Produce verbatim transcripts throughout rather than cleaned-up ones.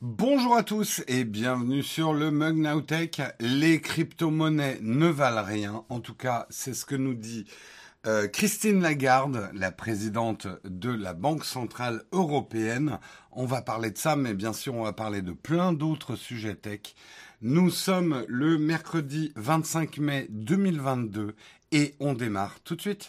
Bonjour à tous et bienvenue sur le Mug Now Tech. Les crypto-monnaies ne valent rien. En tout cas, c'est ce que nous dit euh, Christine Lagarde, la présidente de la Banque Centrale Européenne. On va parler de ça, mais bien sûr, on va parler de plein d'autres sujets tech. Nous sommes le mercredi vingt-cinq mai deux mille vingt-deux et on démarre tout de suite.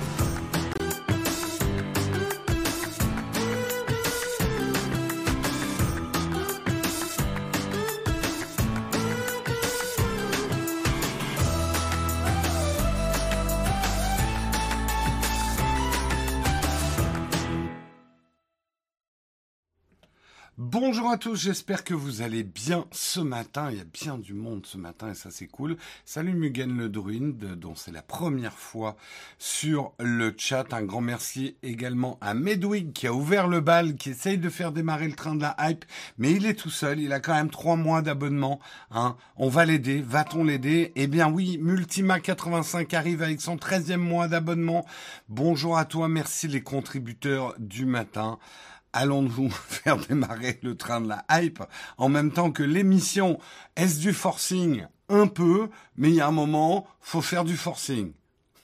Bonjour à tous, j'espère que vous allez bien ce matin. Il y a bien du monde ce matin et ça c'est cool. Salut Mugen le druide, dont c'est la première fois sur le chat. Un grand merci également à Medwig qui a ouvert le bal, qui essaye de faire démarrer le train de la hype. Mais il est tout seul, il a quand même trois mois d'abonnement. Hein. On va l'aider, va-t-on l'aider? Eh bien oui, Multima quatre-vingt-cinq arrive avec son treizième mois d'abonnement. Bonjour à toi, merci les contributeurs du matin. Allons-nous faire démarrer le train de la hype en même temps que l'émission? Est-ce du forcing? Un peu, mais il y a un moment, faut faire du forcing.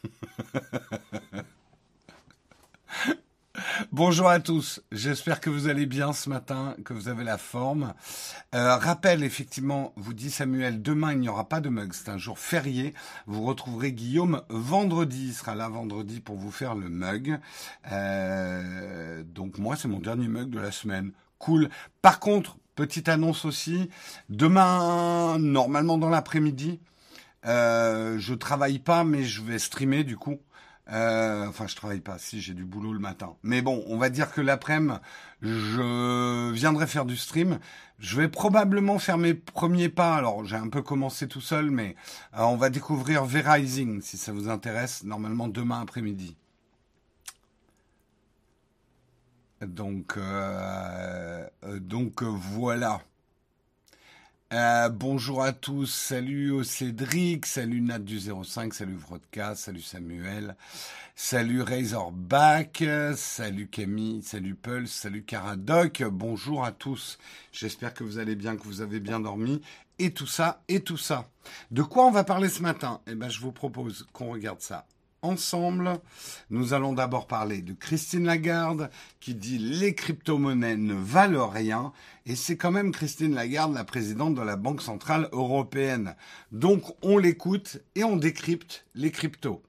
Bonjour à tous, j'espère que vous allez bien ce matin, que vous avez la forme. Euh, rappel, effectivement, vous dit Samuel, demain il n'y aura pas de mug, c'est un jour férié. Vous retrouverez Guillaume vendredi, il sera là vendredi pour vous faire le mug. Euh, donc moi, c'est mon dernier mug de la semaine. Cool. Par contre, petite annonce aussi, demain, normalement dans l'après-midi, euh, je travaille pas, mais je vais streamer du coup. Euh, enfin, je travaille pas, si j'ai du boulot le matin. Mais bon, on va dire que l'après-midi, je viendrai faire du stream. Je vais probablement faire mes premiers pas. Alors, j'ai un peu commencé tout seul, mais euh, on va découvrir V-Rising, si ça vous intéresse, normalement demain après-midi. Donc, euh, euh, donc euh, voilà. Euh, bonjour à tous, salut au Cédric, salut Nat du zéro cinq, salut Vrodka, salut Samuel, salut Razorback, salut Camille, salut Pulse, salut Caradoc, bonjour à tous. J'espère que vous allez bien, que vous avez bien dormi, et tout ça, et tout ça. De quoi on va parler ce matin? Eh ben, je vous propose qu'on regarde ça ensemble. Nous allons d'abord parler de Christine Lagarde qui dit les crypto-monnaies ne valent rien et c'est quand même Christine Lagarde, la présidente de la Banque Centrale Européenne. Donc on l'écoute et on décrypte les cryptos.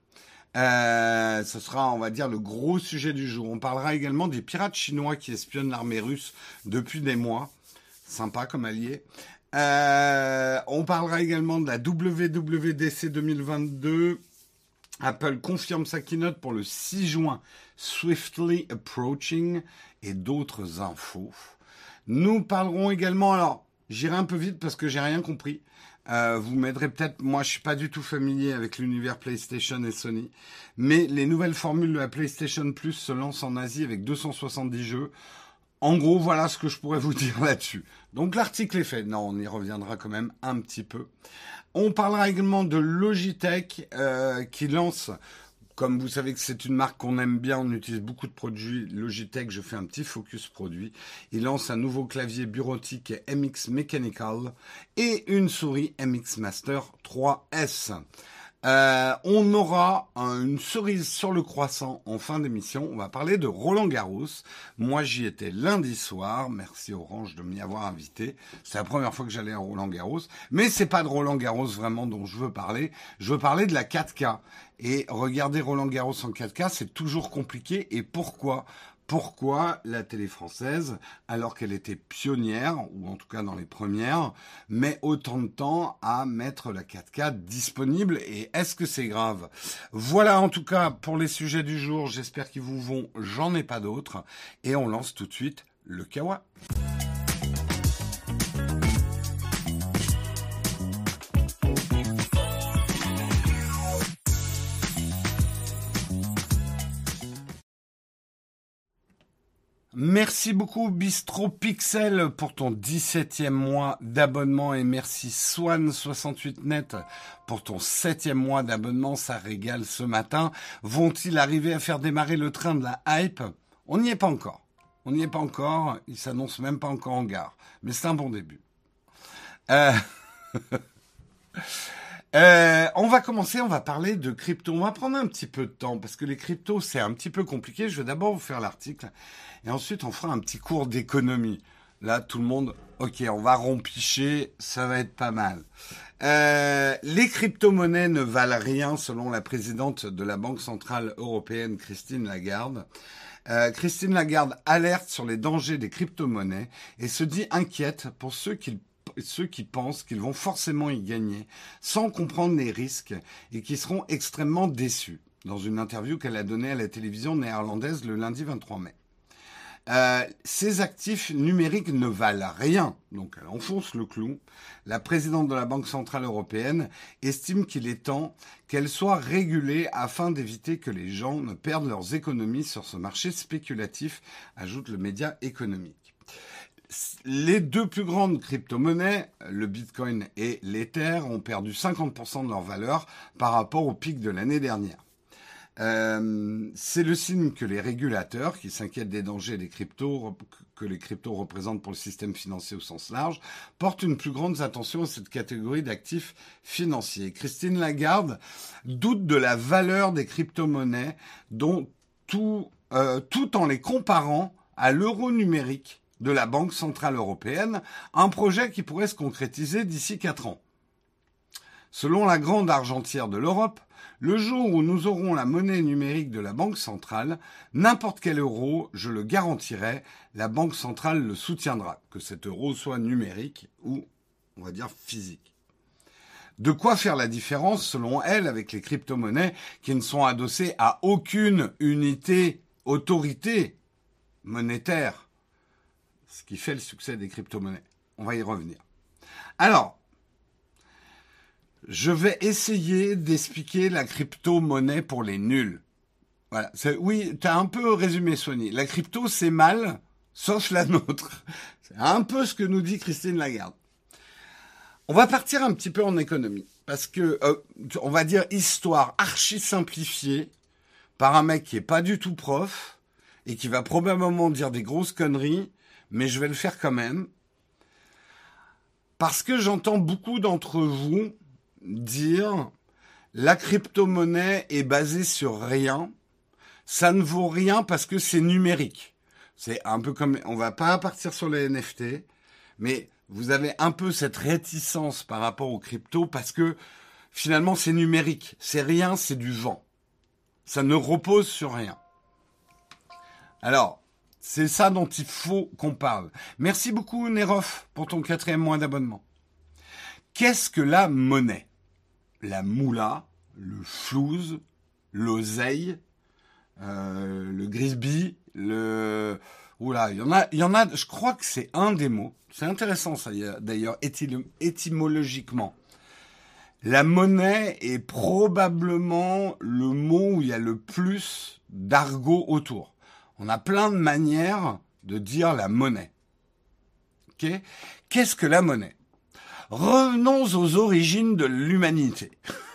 Euh, ce sera, on va dire, le gros sujet du jour. On parlera également des pirates chinois qui espionnent l'armée russe depuis des mois. Sympa comme allié. Euh, on parlera également de la W W D C deux mille vingt-deux. Apple confirme sa keynote pour le six juin, Swiftly Approaching, et d'autres infos. Nous parlerons également, alors j'irai un peu vite parce que j'ai rien compris. Euh, vous m'aiderez peut-être, moi je suis pas du tout familier avec l'univers PlayStation et Sony, mais les nouvelles formules de la PlayStation Plus se lancent en Asie avec deux cent soixante-dix jeux. En gros, voilà ce que je pourrais vous dire là-dessus. Donc l'article est fait. Non, on y reviendra quand même un petit peu. On parlera également de Logitech euh, qui lance, comme vous savez que c'est une marque qu'on aime bien, on utilise beaucoup de produits Logitech, je fais un petit focus produit. Il lance un nouveau clavier bureautique M X Mechanical et une souris M X Master trois S. Euh, on aura un, une cerise sur le croissant en fin d'émission. On va parler de Roland Garros. Moi, j'y étais lundi soir. Merci Orange de m'y avoir invité. C'est la première fois que j'allais à Roland Garros. Mais c'est pas de Roland Garros vraiment dont je veux parler. Je veux parler de la quatre K. Et regarder Roland Garros en quatre K, c'est toujours compliqué. Et pourquoi ? Pourquoi la télé française, alors qu'elle était pionnière, ou en tout cas dans les premières, met autant de temps à mettre la quatre K disponible et est-ce que c'est grave? Voilà en tout cas pour les sujets du jour, j'espère qu'ils vous vont, j'en ai pas d'autres. Et on lance tout de suite le Kawa. Merci beaucoup Bistro Pixel pour ton dix-septième mois d'abonnement et merci Swan soixante-huit net pour ton septième mois d'abonnement, ça régale ce matin. Vont-ils arriver à faire démarrer le train de la hype? On n'y est pas encore. On n'y est pas encore. Il s'annonce même pas encore en gare. Mais c'est un bon début. Euh... euh, on va commencer, on va parler de crypto. On va prendre un petit peu de temps parce que les cryptos, c'est un petit peu compliqué. Je vais d'abord vous faire l'article et ensuite on fera un petit cours d'économie. Là, tout le monde, ok, on va rompicher, ça va être pas mal. Euh, les crypto-monnaies ne valent rien selon la présidente de la Banque Centrale Européenne, Christine Lagarde. Euh, Christine Lagarde alerte sur les dangers des crypto-monnaies et se dit inquiète pour ceux qui, ceux qui pensent qu'ils vont forcément y gagner sans comprendre les risques et qui seront extrêmement déçus, dans une interview qu'elle a donnée à la télévision néerlandaise le lundi vingt-trois mai. Euh, ces actifs numériques ne valent rien, donc elle enfonce le clou. La présidente de la Banque Centrale Européenne estime qu'il est temps qu'elle soit régulée afin d'éviter que les gens ne perdent leurs économies sur ce marché spéculatif, ajoute le média économique. Les deux plus grandes crypto-monnaies, le Bitcoin et l'Ether, ont perdu cinquante pour cent de leur valeur par rapport au pic de l'année dernière. Euh, c'est le signe que les régulateurs, qui s'inquiètent des dangers des cryptos, que les cryptos représentent pour le système financier au sens large, portent une plus grande attention à cette catégorie d'actifs financiers. Christine Lagarde doute de la valeur des crypto-monnaies, dont tout, euh, tout en les comparant à l'euro numérique de la Banque Centrale Européenne, un projet qui pourrait se concrétiser d'ici quatre ans. Selon la grande argentière de l'Europe, le jour où nous aurons la monnaie numérique de la Banque centrale, n'importe quel euro, je le garantirai, la Banque centrale le soutiendra, que cet euro soit numérique ou, on va dire, physique. De quoi faire la différence, selon elle, avec les crypto-monnaies qui ne sont adossées à aucune unité, autorité monétaire, ce qui fait le succès des crypto-monnaies. On va y revenir. Alors, je vais essayer d'expliquer la crypto-monnaie pour les nuls. Voilà. C'est, oui, t'as un peu résumé, Sony. La crypto, c'est mal, sauf la nôtre. C'est un peu ce que nous dit Christine Lagarde. On va partir un petit peu en économie. Parce que, euh, on va dire histoire archi simplifiée par un mec qui est pas du tout prof et qui va probablement dire des grosses conneries, mais je vais le faire quand même. Parce que j'entends beaucoup d'entre vous dire la crypto-monnaie est basée sur rien, ça ne vaut rien parce que c'est numérique. C'est un peu comme, on va pas partir sur les N F T, mais vous avez un peu cette réticence par rapport aux cryptos parce que finalement c'est numérique, c'est rien, c'est du vent. Ça ne repose sur rien. Alors, c'est ça dont il faut qu'on parle. Merci beaucoup Nerof pour ton quatrième mois d'abonnement. Qu'est-ce que la monnaie ? La moula, le flouze, l'oseille, euh, le grisby, le... Oula, il y en a, il y en a, je crois que c'est un des mots. C'est intéressant ça, d'ailleurs, étymologiquement. La monnaie est probablement le mot où il y a le plus d'argot autour. On a plein de manières de dire la monnaie. Ok ? Qu'est-ce que la monnaie ? Revenons aux origines de l'humanité.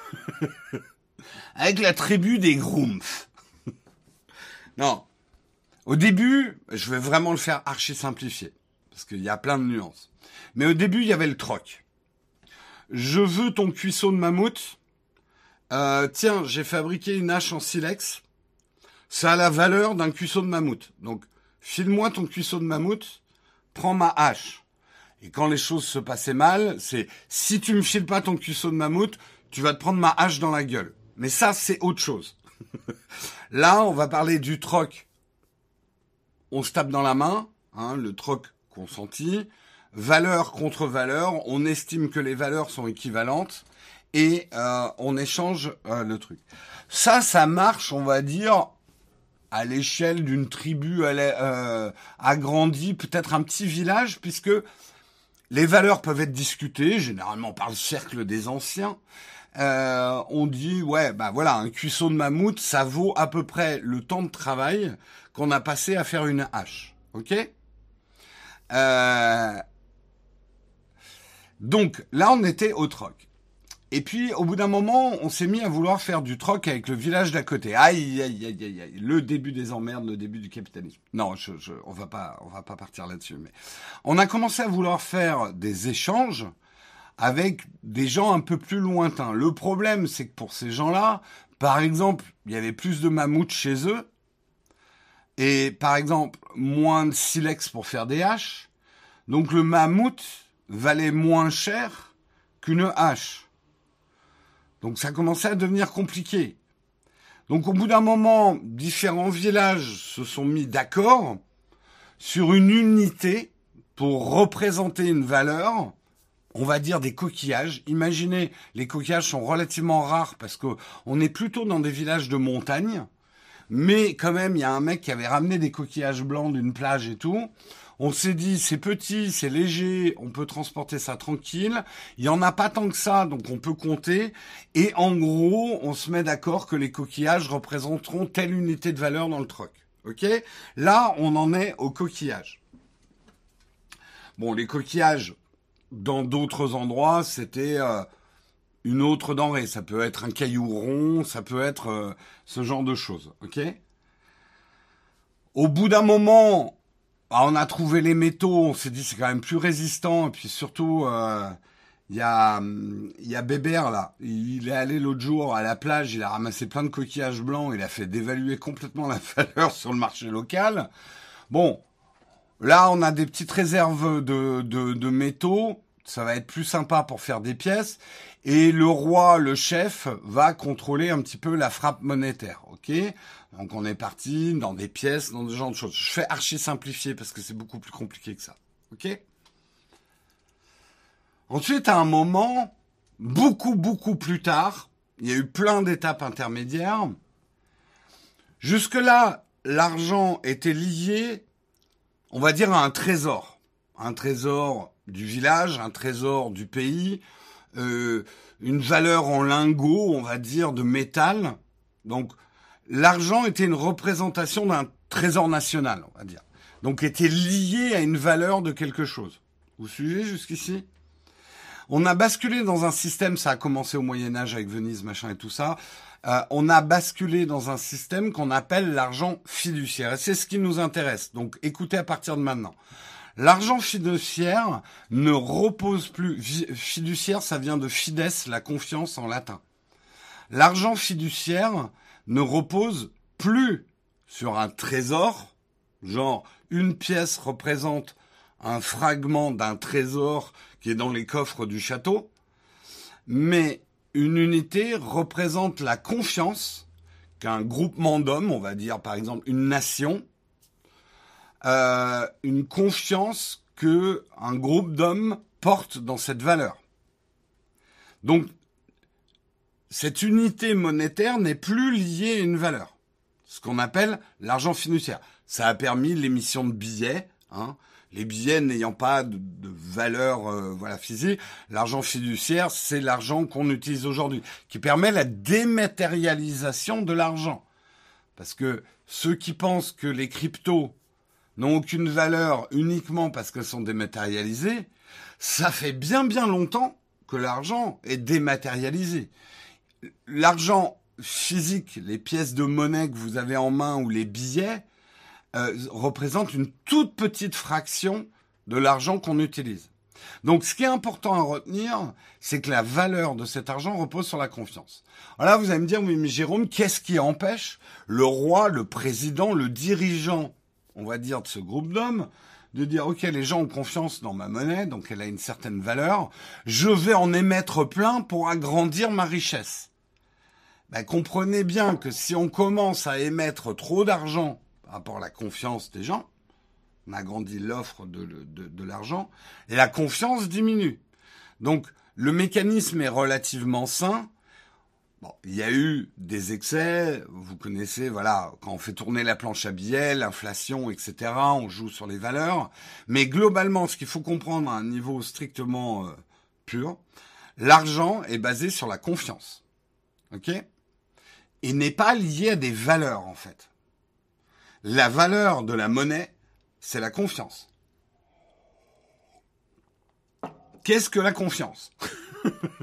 Avec la tribu des Grumpf. Non. Au début, je vais vraiment le faire archi simplifié. Parce qu'il y a plein de nuances. Mais au début, il y avait le troc. Je veux ton cuisseau de mammouth. Euh, tiens, j'ai fabriqué une hache en silex. Ça a la valeur d'un cuisseau de mammouth. Donc, file-moi ton cuisseau de mammouth. Prends ma hache. Et quand les choses se passaient mal, c'est si tu me files pas ton cuisseau de mammouth, tu vas te prendre ma hache dans la gueule. Mais ça, c'est autre chose. Là, on va parler du troc. On se tape dans la main, hein, le troc consenti. Valeur contre valeur, on estime que les valeurs sont équivalentes et euh, on échange euh, le truc. Ça, ça marche, on va dire, à l'échelle d'une tribu euh, agrandie, peut-être un petit village, puisque les valeurs peuvent être discutées, généralement par le cercle des anciens. Euh, on dit, ouais, bah voilà, un cuisseau de mammouth, ça vaut à peu près le temps de travail qu'on a passé à faire une hache. Ok ? euh, Donc, là, on était au troc. Et puis, au bout d'un moment, on s'est mis à vouloir faire du troc avec le village d'à côté. Aïe, aïe, aïe, aïe, aïe. Le début des emmerdes, le début du capitalisme. Non, je, je, on va pas, on va pas partir là-dessus. Mais on a commencé à vouloir faire des échanges avec des gens un peu plus lointains. Le problème, c'est que pour ces gens-là, par exemple, il y avait plus de mammouths chez eux. Et par exemple, moins de silex pour faire des haches. Donc le mammouth valait moins cher qu'une hache. Donc ça commençait à devenir compliqué. Donc au bout d'un moment, différents villages se sont mis d'accord sur une unité pour représenter une valeur, on va dire des coquillages. Imaginez, les coquillages sont relativement rares parce qu'on est plutôt dans des villages de montagne. Mais quand même, il y a un mec qui avait ramené des coquillages blancs d'une plage et tout. On s'est dit, c'est petit, c'est léger, on peut transporter ça tranquille. Il y en a pas tant que ça, donc on peut compter. Et en gros, on se met d'accord que les coquillages représenteront telle unité de valeur dans le troc. Ok ? Là, on en est aux coquillages. Bon, les coquillages, dans d'autres endroits, c'était euh, une autre denrée. Ça peut être un caillou rond, ça peut être euh, ce genre de choses. Ok ? Au bout d'un moment, bah, on a trouvé les métaux, on s'est dit c'est quand même plus résistant. Et puis surtout, euh, il y a, il y a Bébert là. Il est allé l'autre jour à la plage, il a ramassé plein de coquillages blancs, il a fait dévaluer complètement la valeur sur le marché local. Bon, là on a des petites réserves de, de, de métaux. Ça va être plus sympa pour faire des pièces. Et le roi, le chef, va contrôler un petit peu la frappe monétaire, ok ? Donc on est parti dans des pièces, dans ce genre de choses. Je fais archi simplifié parce que c'est beaucoup plus compliqué que ça, ok ? Ensuite, à un moment, beaucoup, beaucoup plus tard, il y a eu plein d'étapes intermédiaires. Jusque-là, l'argent était lié, on va dire, à un trésor. Un trésor du village, un trésor du pays, euh, une valeur en lingots, on va dire, de métal. Donc, l'argent était une représentation d'un trésor national, on va dire. Donc, était lié à une valeur de quelque chose. Vous suivez jusqu'ici ? On a basculé dans un système, ça a commencé au Moyen-Âge avec Venise, machin et tout ça. Euh, on a basculé dans un système qu'on appelle l'argent fiduciaire. Et c'est ce qui nous intéresse. Donc, écoutez à partir de maintenant. L'argent fiduciaire ne repose plus. Fiduciaire, ça vient de fides, la confiance en latin. L'argent fiduciaire ne repose plus sur un trésor, genre une pièce représente un fragment d'un trésor qui est dans les coffres du château, mais une unité représente la confiance qu'un groupement d'hommes, on va dire par exemple une nation, Euh, une confiance que un groupe d'hommes porte dans cette valeur. Donc, cette unité monétaire n'est plus liée à une valeur. Ce qu'on appelle l'argent fiduciaire. Ça a permis l'émission de billets, hein. Les billets n'ayant pas de, de valeur euh, voilà, physique. L'argent fiduciaire, c'est l'argent qu'on utilise aujourd'hui, qui permet la dématérialisation de l'argent. Parce que ceux qui pensent que les cryptos n'ont aucune valeur uniquement parce qu'elles sont dématérialisées, ça fait bien bien longtemps que l'argent est dématérialisé. L'argent physique, les pièces de monnaie que vous avez en main ou les billets, euh, représentent une toute petite fraction de l'argent qu'on utilise. Donc ce qui est important à retenir, c'est que la valeur de cet argent repose sur la confiance. Alors là, vous allez me dire, oui mais Jérôme, qu'est-ce qui empêche le roi, le président, le dirigeant, on va dire, de ce groupe d'hommes, de dire, ok, les gens ont confiance dans ma monnaie, donc elle a une certaine valeur, je vais en émettre plein pour agrandir ma richesse. Ben, comprenez bien que si on commence à émettre trop d'argent par rapport à la confiance des gens, on agrandit l'offre de, de, de l'argent, et la confiance diminue. Donc, le mécanisme est relativement sain. Bon, il y a eu des excès, vous connaissez, voilà, quand on fait tourner la planche à billets, l'inflation, et cetera, on joue sur les valeurs. Mais globalement, ce qu'il faut comprendre à un niveau strictement euh, pur, l'argent est basé sur la confiance, ok ? Et n'est pas lié à des valeurs, en fait. La valeur de la monnaie, c'est la confiance. Qu'est-ce que la confiance ?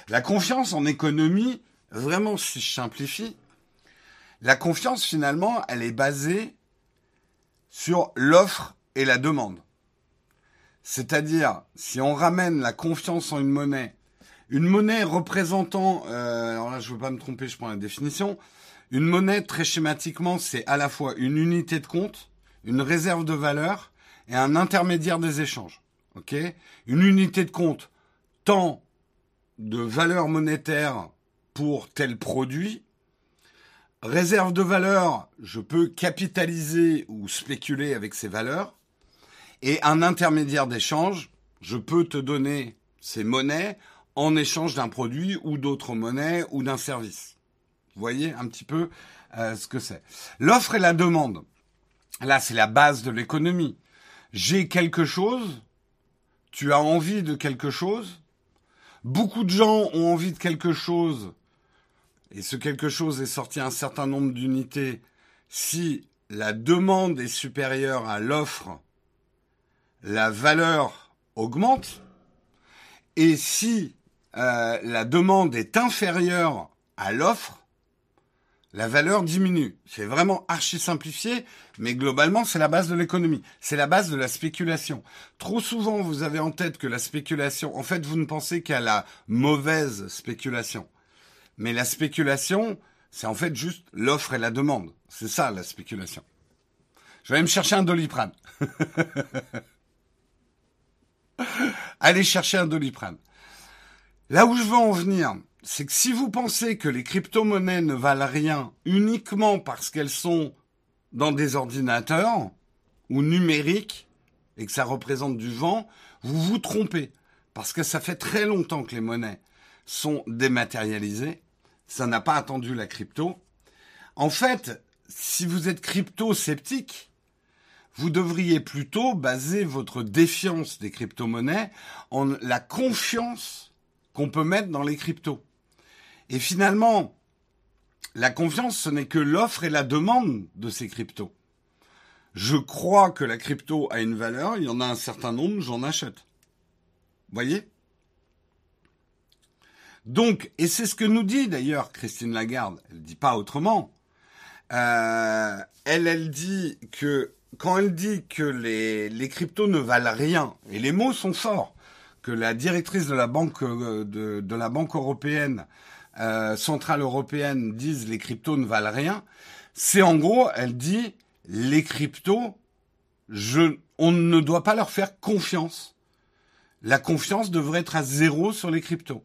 La confiance en économie, vraiment, si je simplifie, la confiance, finalement, elle est basée sur l'offre et la demande. C'est-à-dire, si on ramène la confiance en une monnaie, une monnaie représentant, euh, alors là, je ne veux pas me tromper, je prends la définition, une monnaie, très schématiquement, c'est à la fois une unité de compte, une réserve de valeur et un intermédiaire des échanges. Ok ? Une unité de compte, tant de valeur monétaire pour tel produit. Réserve de valeur, je peux capitaliser ou spéculer avec ces valeurs. Et un intermédiaire d'échange, je peux te donner ces monnaies en échange d'un produit ou d'autres monnaies ou d'un service. Vous voyez un petit peu euh, ce que c'est. L'offre et la demande. Là, c'est la base de l'économie. J'ai quelque chose, tu as envie de quelque chose. Beaucoup de gens ont envie de quelque chose et ce quelque chose est sorti à un certain nombre d'unités. Si la demande est supérieure à l'offre, la valeur augmente. Et si euh, la demande est inférieure à l'offre, la valeur diminue. C'est vraiment archi simplifié, mais globalement, c'est la base de l'économie. C'est la base de la spéculation. Trop souvent, vous avez en tête que la spéculation... En fait, vous ne pensez qu'à la mauvaise spéculation. Mais la spéculation, c'est en fait juste l'offre et la demande. C'est ça, la spéculation. Je vais aller me chercher un Doliprane. Allez chercher un Doliprane. Là où je veux en venir, c'est que si vous pensez que les crypto-monnaies ne valent rien uniquement parce qu'elles sont dans des ordinateurs ou numériques et que ça représente du vent, vous vous trompez. Parce que ça fait très longtemps que les monnaies sont dématérialisées. Ça n'a pas attendu la crypto. En fait, si vous êtes crypto-sceptique, vous devriez plutôt baser votre défiance des crypto-monnaies en la confiance qu'on peut mettre dans les cryptos. Et finalement, la confiance, ce n'est que l'offre et la demande de ces cryptos. Je crois que la crypto a une valeur, il y en a un certain nombre, j'en achète. Vous voyez ? Donc, et c'est ce que nous dit d'ailleurs Christine Lagarde, elle ne dit pas autrement. Euh, elle, elle dit que, quand elle dit que les, les cryptos ne valent rien, et les mots sont forts, que la directrice de la banque, de, de la banque européenne, euh, centrale européenne, dise les cryptos ne valent rien, c'est en gros, elle dit, les cryptos, je, on ne doit pas leur faire confiance. La confiance devrait être à zéro sur les cryptos.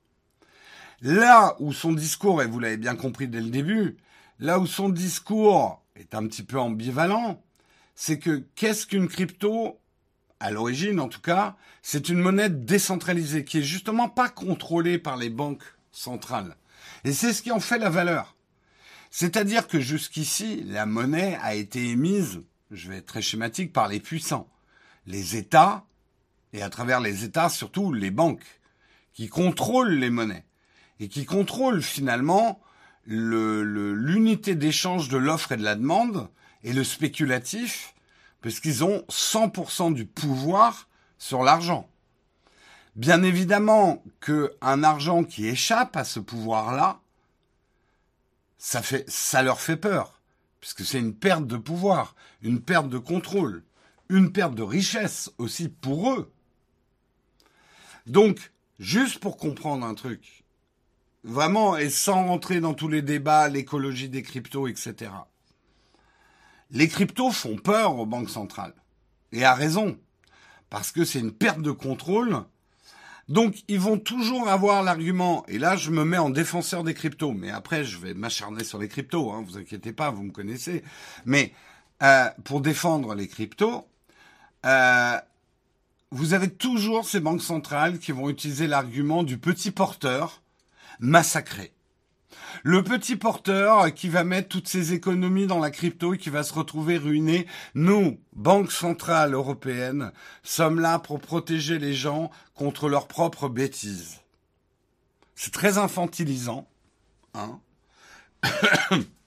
Là où son discours, et vous l'avez bien compris dès le début, là où son discours est un petit peu ambivalent, c'est que qu'est-ce qu'une crypto ? À l'origine, en tout cas, c'est une monnaie décentralisée qui est justement pas contrôlée par les banques centrales. Et c'est ce qui en fait la valeur. C'est-à-dire que jusqu'ici, la monnaie a été émise, je vais être très schématique, par les puissants, les États, et à travers les États, surtout les banques, qui contrôlent les monnaies, et qui contrôlent finalement le, le, l'unité d'échange de l'offre et de la demande, et le spéculatif, parce qu'ils ont cent pour cent du pouvoir sur l'argent. Bien évidemment qu'un argent qui échappe à ce pouvoir-là, ça fait, ça leur fait peur, puisque c'est une perte de pouvoir, une perte de contrôle, une perte de richesse aussi pour eux. Donc, juste pour comprendre un truc, vraiment, et sans rentrer dans tous les débats, l'écologie des cryptos, et cetera, les cryptos font peur aux banques centrales. Et à raison. Parce que c'est une perte de contrôle. Donc, ils vont toujours avoir l'argument. Et là, je me mets en défenseur des cryptos. Mais après, je vais m'acharner sur les cryptos. Hein, vous inquiétez pas, vous me connaissez. Mais euh, pour défendre les cryptos, euh, vous avez toujours ces banques centrales qui vont utiliser l'argument du petit porteur massacré. Le petit porteur qui va mettre toutes ses économies dans la crypto et qui va se retrouver ruiné. Nous, Banque Centrale Européenne, sommes là pour protéger les gens contre leurs propres bêtises. C'est très infantilisant, hein.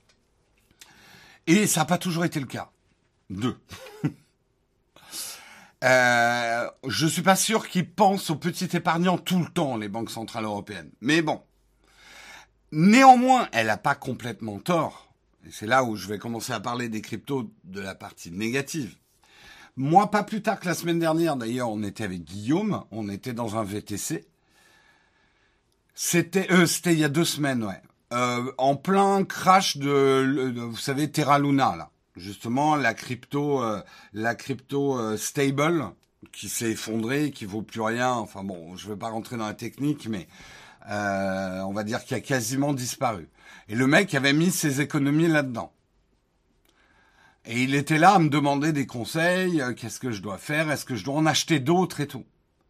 Et ça n'a pas toujours été le cas. Deux. Euh, je suis pas sûr qu'ils pensent aux petits épargnants tout le temps, les banques centrales européennes. Mais bon. Néanmoins, elle a pas complètement tort. Et c'est là où je vais commencer à parler des cryptos de la partie négative. Moi, pas plus tard que la semaine dernière, d'ailleurs, on était avec Guillaume, on était dans un V T C. C'était, euh, c'était il y a deux semaines, ouais. Euh, en plein crash de, de, vous savez, Terra Luna, là. Justement, la crypto, euh, la crypto euh, stable, qui s'est effondrée, qui vaut plus rien. Enfin bon, je ne vais pas rentrer dans la technique, mais euh, on va dire qu'il a quasiment disparu. Et le mec avait mis ses économies là-dedans. Et il était là à me demander des conseils, euh, qu'est-ce que je dois faire, est-ce que je dois en acheter d'autres et tout.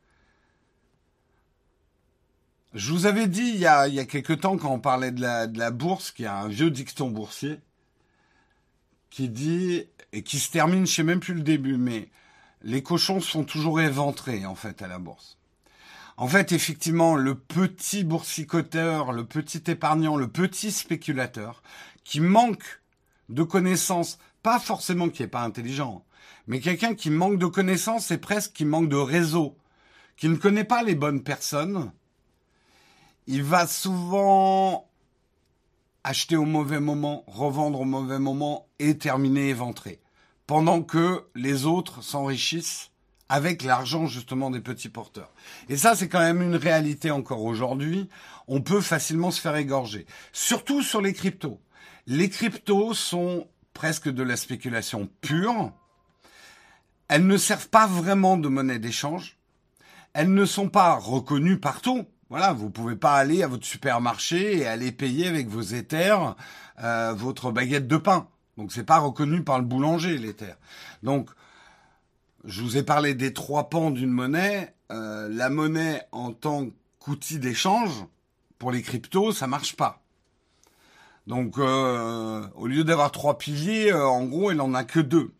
Je vous avais dit il y a, il y a quelque temps quand on parlait de la, de la bourse, qu'il y a un vieux dicton boursier qui dit, et qui se termine, je sais même plus le début, mais les cochons sont toujours éventrés en fait à la bourse. En fait, effectivement, le petit boursicoteur, le petit épargnant, le petit spéculateur qui manque de connaissances, pas forcément qui est pas intelligent, mais quelqu'un qui manque de connaissances et presque qui manque de réseau, qui ne connaît pas les bonnes personnes, il va souvent acheter au mauvais moment, revendre au mauvais moment et terminer éventré. Pendant que les autres s'enrichissent avec l'argent justement des petits porteurs. Et ça, c'est quand même une réalité encore aujourd'hui. On peut facilement se faire égorger. Surtout sur les cryptos. Les cryptos sont presque de la spéculation pure. Elles ne servent pas vraiment de monnaie d'échange. Elles ne sont pas reconnues partout. Voilà, vous pouvez pas aller à votre supermarché et aller payer avec vos Ethers euh, votre baguette de pain. Donc c'est pas reconnu par le boulanger, l'Ether. Donc je vous ai parlé des trois pans d'une monnaie. Euh, la monnaie en tant qu'outil d'échange pour les cryptos, ça marche pas. Donc euh, au lieu d'avoir trois piliers, euh, en gros, il en a que deux.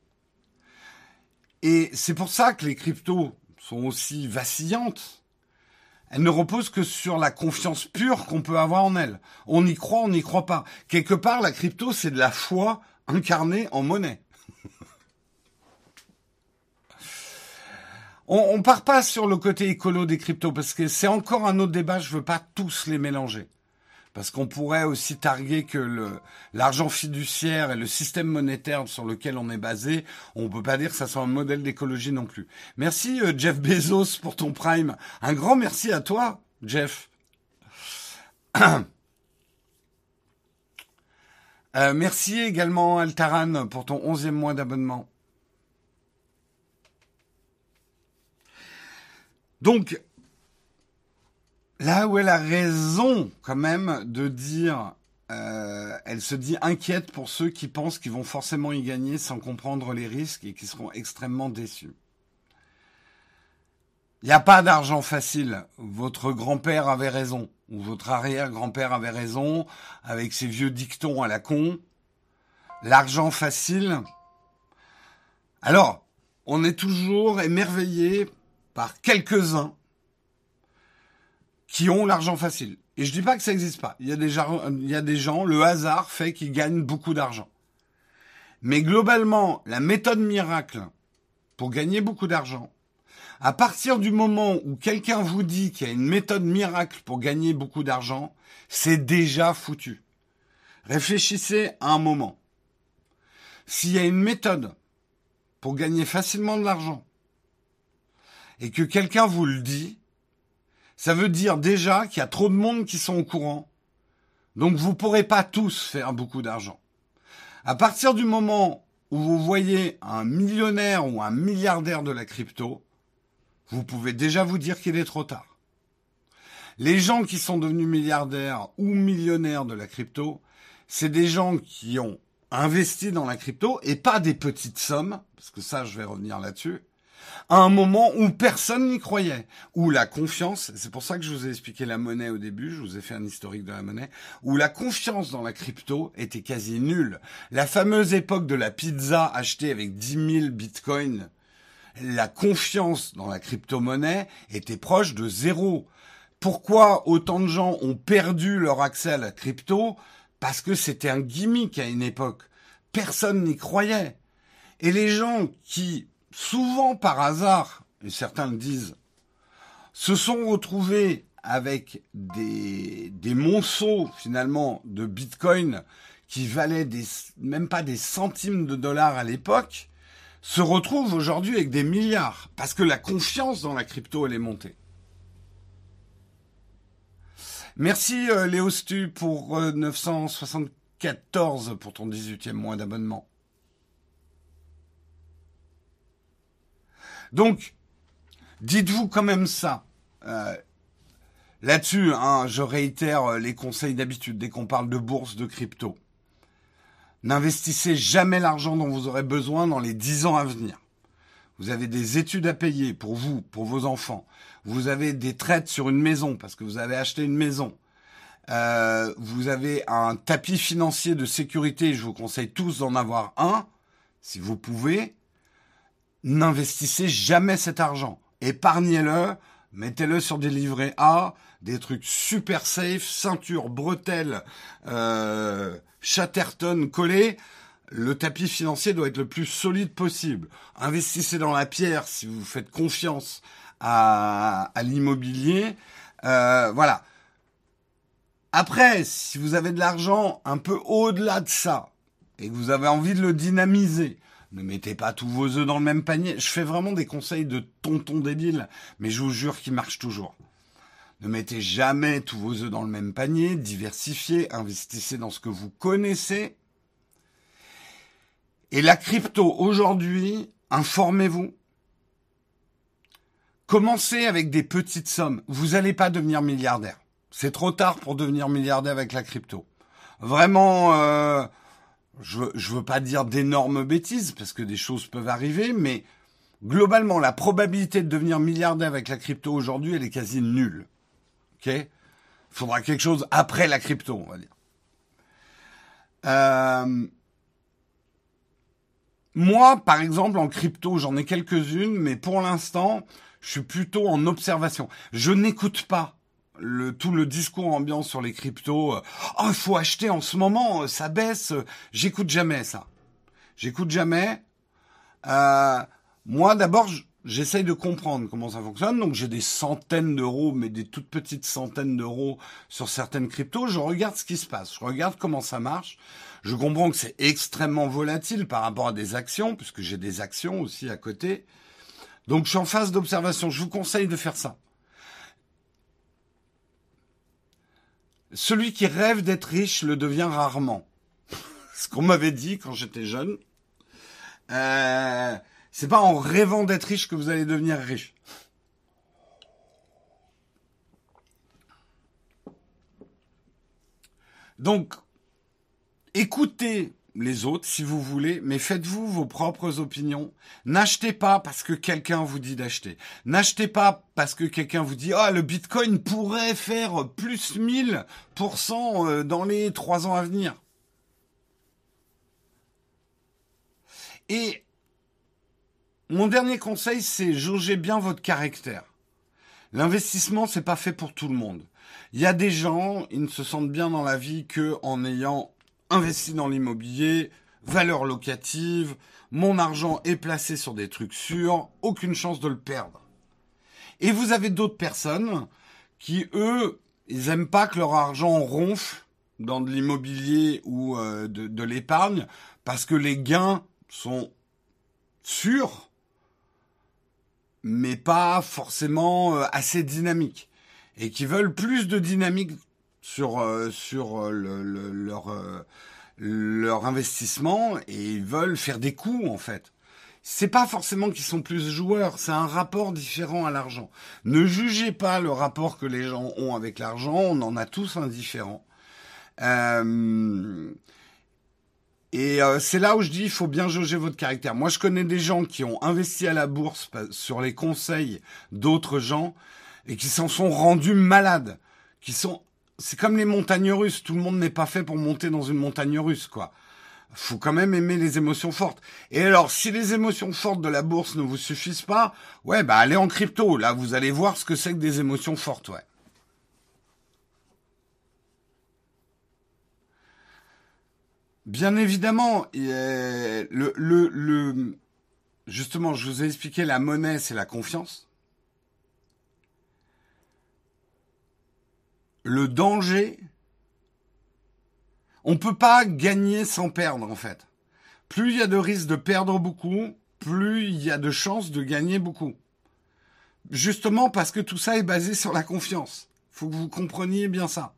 Et c'est pour ça que les cryptos sont aussi vacillantes. Elle ne repose que sur la confiance pure qu'on peut avoir en elle. On y croit, on n'y croit pas. Quelque part, la crypto, c'est de la foi incarnée en monnaie. on, on part pas sur le côté écolo des cryptos, parce que c'est encore un autre débat, je veux pas tous les mélanger. Parce qu'on pourrait aussi targuer que le, l'argent fiduciaire et le système monétaire sur lequel on est basé, on peut pas dire que ça soit un modèle d'écologie non plus. Merci euh, Jeff Bezos pour ton prime. Un grand merci à toi, Jeff. euh, merci également Altaran pour ton onzième mois d'abonnement. Donc, là où elle a raison, quand même, de dire, euh, elle se dit inquiète pour ceux qui pensent qu'ils vont forcément y gagner sans comprendre les risques et qui seront extrêmement déçus. Il n'y a pas d'argent facile. Votre grand-père avait raison, ou votre arrière-grand-père avait raison, avec ses vieux dictons à la con. L'argent facile. Alors, on est toujours émerveillé par quelques-uns qui ont l'argent facile. Et je dis pas que ça n'existe pas. Il y a des gens, il y a des gens, le hasard fait qu'ils gagnent beaucoup d'argent. Mais globalement, la méthode miracle pour gagner beaucoup d'argent, à partir du moment où quelqu'un vous dit qu'il y a une méthode miracle pour gagner beaucoup d'argent, c'est déjà foutu. Réfléchissez à un moment. S'il y a une méthode pour gagner facilement de l'argent et que quelqu'un vous le dit, ça veut dire déjà qu'il y a trop de monde qui sont au courant. Donc vous ne pourrez pas tous faire beaucoup d'argent. À partir du moment où vous voyez un millionnaire ou un milliardaire de la crypto, vous pouvez déjà vous dire qu'il est trop tard. Les gens qui sont devenus milliardaires ou millionnaires de la crypto, c'est des gens qui ont investi dans la crypto et pas des petites sommes, parce que ça, je vais revenir là-dessus, à un moment où personne n'y croyait, où la confiance, c'est pour ça que je vous ai expliqué la monnaie au début, je vous ai fait un historique de la monnaie, où la confiance dans la crypto était quasi nulle. La fameuse époque de la pizza achetée avec dix mille bitcoins, la confiance dans la crypto-monnaie était proche de zéro. Pourquoi autant de gens ont perdu leur accès à la crypto? Parce que c'était un gimmick à une époque. Personne n'y croyait. Et les gens qui souvent par hasard, et certains le disent, se sont retrouvés avec des, des monceaux, finalement, de Bitcoin qui valaient des, même pas des centimes de dollars à l'époque, se retrouvent aujourd'hui avec des milliards. Parce que la confiance dans la crypto, elle est montée. Merci euh, Léo Stu pour euh, neuf cent soixante-quatorze pour ton dix-huitième mois d'abonnement. Donc, dites-vous quand même ça. Euh, Là-dessus, hein, je réitère les conseils d'habitude dès qu'on parle de bourse, de crypto. N'investissez jamais l'argent dont vous aurez besoin dans les dix ans à venir. Vous avez des études à payer pour vous, pour vos enfants. Vous avez des traites sur une maison parce que vous avez acheté une maison. Euh, vous avez un tapis financier de sécurité. Je vous conseille tous d'en avoir un, si vous pouvez. N'investissez jamais cet argent. Épargnez-le. Mettez-le sur des livrets A, des trucs super safe, ceinture, bretelles, euh, Chatterton collé. Le tapis financier doit être le plus solide possible. Investissez dans la pierre si vous faites confiance à, à l'immobilier. Euh, voilà. Après, si vous avez de l'argent un peu au-delà de ça et que vous avez envie de le dynamiser, ne mettez pas tous vos œufs dans le même panier. Je fais vraiment des conseils de tonton débile, mais je vous jure qu'ils marchent toujours. Ne mettez jamais tous vos œufs dans le même panier, diversifiez, investissez dans ce que vous connaissez. Et la crypto, aujourd'hui, informez-vous. Commencez avec des petites sommes. Vous n'allez pas devenir milliardaire. C'est trop tard pour devenir milliardaire avec la crypto. Vraiment... Euh, Je veux, je veux pas dire d'énormes bêtises, parce que des choses peuvent arriver, mais globalement, la probabilité de devenir milliardaire avec la crypto aujourd'hui, elle est quasi nulle. Ok ? Il faudra quelque chose après la crypto, on va dire. Euh, moi, par exemple, en crypto, j'en ai quelques-unes, mais pour l'instant, je suis plutôt en observation. Je n'écoute pas Le, tout le discours ambiant sur les cryptos. Oh, il faut acheter en ce moment, ça baisse. J'écoute jamais ça. J'écoute jamais. Euh, moi, d'abord, j'essaye de comprendre comment ça fonctionne. Donc, j'ai des centaines d'euros, mais des toutes petites centaines d'euros sur certaines cryptos. Je regarde ce qui se passe. Je regarde comment ça marche. Je comprends que c'est extrêmement volatile par rapport à des actions, puisque j'ai des actions aussi à côté. Donc, je suis en phase d'observation. Je vous conseille de faire ça. Celui qui rêve d'être riche le devient rarement. Ce qu'on m'avait dit quand j'étais jeune. Euh, c'est pas en rêvant d'être riche que vous allez devenir riche. Donc, écoutez les autres si vous voulez, mais faites-vous vos propres opinions. N'achetez pas parce que quelqu'un vous dit d'acheter. N'achetez pas parce que quelqu'un vous dit « Ah, le Bitcoin pourrait faire plus mille pour cent dans les trois ans à venir. » Et mon dernier conseil, c'est jaugez bien votre caractère. L'investissement, c'est pas fait pour tout le monde. Il y a des gens, ils ne se sentent bien dans la vie qu'en ayant investi dans l'immobilier, valeur locative, mon argent est placé sur des trucs sûrs, aucune chance de le perdre. Et vous avez d'autres personnes qui, eux, ils aiment pas que leur argent ronfle dans de l'immobilier ou euh, de, de l'épargne parce que les gains sont sûrs, mais pas forcément euh, assez dynamiques. Et qui veulent plus de dynamique sur, euh, sur le, le, leur, euh, leur investissement et ils veulent faire des coups en fait. C'est pas forcément qu'ils sont plus joueurs, c'est un rapport différent à l'argent. Ne jugez pas le rapport que les gens ont avec l'argent, on en a tous un différent. Euh, et euh, c'est là où je dis il faut bien jauger votre caractère. Moi je connais des gens qui ont investi à la bourse sur les conseils d'autres gens et qui s'en sont rendus malades, qui sont c'est comme les montagnes russes, tout le monde n'est pas fait pour monter dans une montagne russe, quoi. Faut quand même aimer les émotions fortes. Et alors, si les émotions fortes de la bourse ne vous suffisent pas, ouais, bah allez en crypto. Là, vous allez voir ce que c'est que des émotions fortes, ouais. Bien évidemment, le, le, le, justement, je vous ai expliqué, la monnaie, c'est la confiance. Le danger, on ne peut pas gagner sans perdre, en fait. Plus il y a de risques de perdre beaucoup, plus il y a de chances de gagner beaucoup. Justement parce que tout ça est basé sur la confiance. Il faut que vous compreniez bien ça.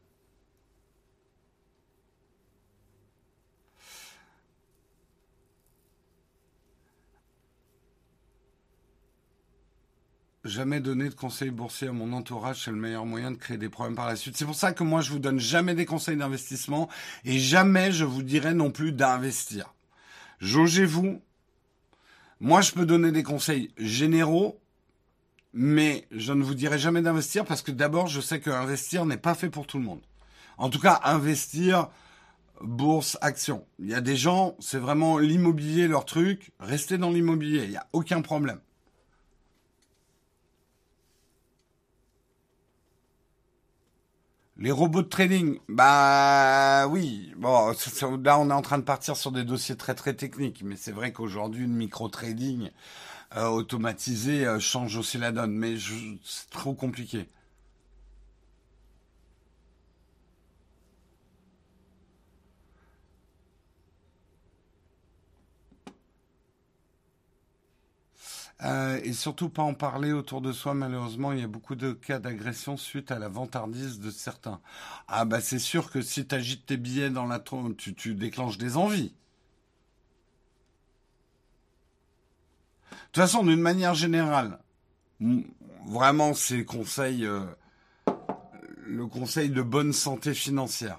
Jamais donner de conseils boursiers à mon entourage, c'est le meilleur moyen de créer des problèmes par la suite. C'est pour ça que moi, je vous donne jamais des conseils d'investissement et jamais je vous dirai non plus d'investir. Jaugez-vous. Moi, je peux donner des conseils généraux, mais je ne vous dirai jamais d'investir parce que d'abord, je sais que investir n'est pas fait pour tout le monde. En tout cas, investir bourse, action. Il y a des gens, c'est vraiment l'immobilier leur truc. Restez dans l'immobilier, il n'y a aucun problème. Les robots de trading, bah oui, bon, ça- ça- là on est en train de partir sur des dossiers très très techniques, mais c'est vrai qu'aujourd'hui le micro-trading euh, automatisé euh, change aussi la donne, mais je- c'est trop compliqué. Euh, et surtout pas en parler autour de soi, malheureusement, il y a beaucoup de cas d'agression suite à la vantardise de certains. Ah bah c'est sûr que si tu agites tes billets dans la trompe, tu, tu déclenches des envies. De toute façon, d'une manière générale, m- vraiment c'est le conseil, euh, le conseil de bonne santé financière.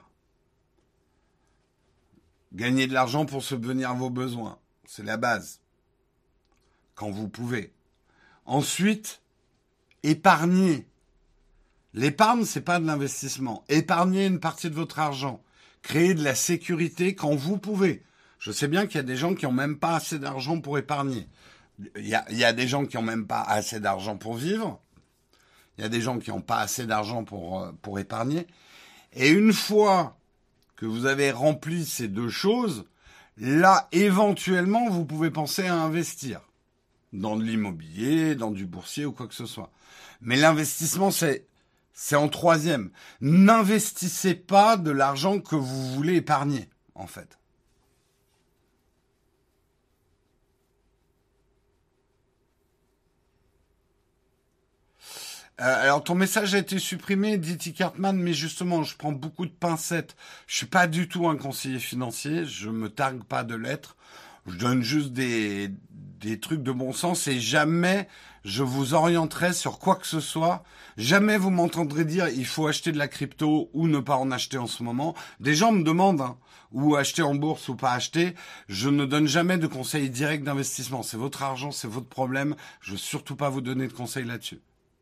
Gagner de l'argent pour subvenir à vos besoins, c'est la base, quand vous pouvez. Ensuite, épargner. L'épargne, c'est pas de l'investissement. Épargnez une partie de votre argent. Créez de la sécurité quand vous pouvez. Je sais bien qu'il y a des gens qui ont même pas assez d'argent pour épargner. Il y a, il y a des gens qui ont même pas assez d'argent pour vivre. Il y a des gens qui n'ont pas assez d'argent pour, euh, pour épargner. Et une fois que vous avez rempli ces deux choses, là, éventuellement, vous pouvez penser à investir dans de l'immobilier, dans du boursier ou quoi que ce soit. Mais l'investissement, c'est c'est en troisième. N'investissez pas de l'argent que vous voulez épargner, en fait. Euh, alors ton message a été supprimé, dit T. Cartman, mais justement, je prends beaucoup de pincettes. Je suis pas du tout un conseiller financier, je me targue pas de l'être. Je donne juste des, des trucs de bon sens et jamais je vous orienterai sur quoi que ce soit. Jamais vous m'entendrez dire il faut acheter de la crypto ou ne pas en acheter en ce moment. Des gens me demandent hein, ou acheter en bourse ou pas acheter. Je ne donne jamais de conseils directs d'investissement. C'est votre argent, c'est votre problème. Je veux surtout pas vous donner de conseils là-dessus.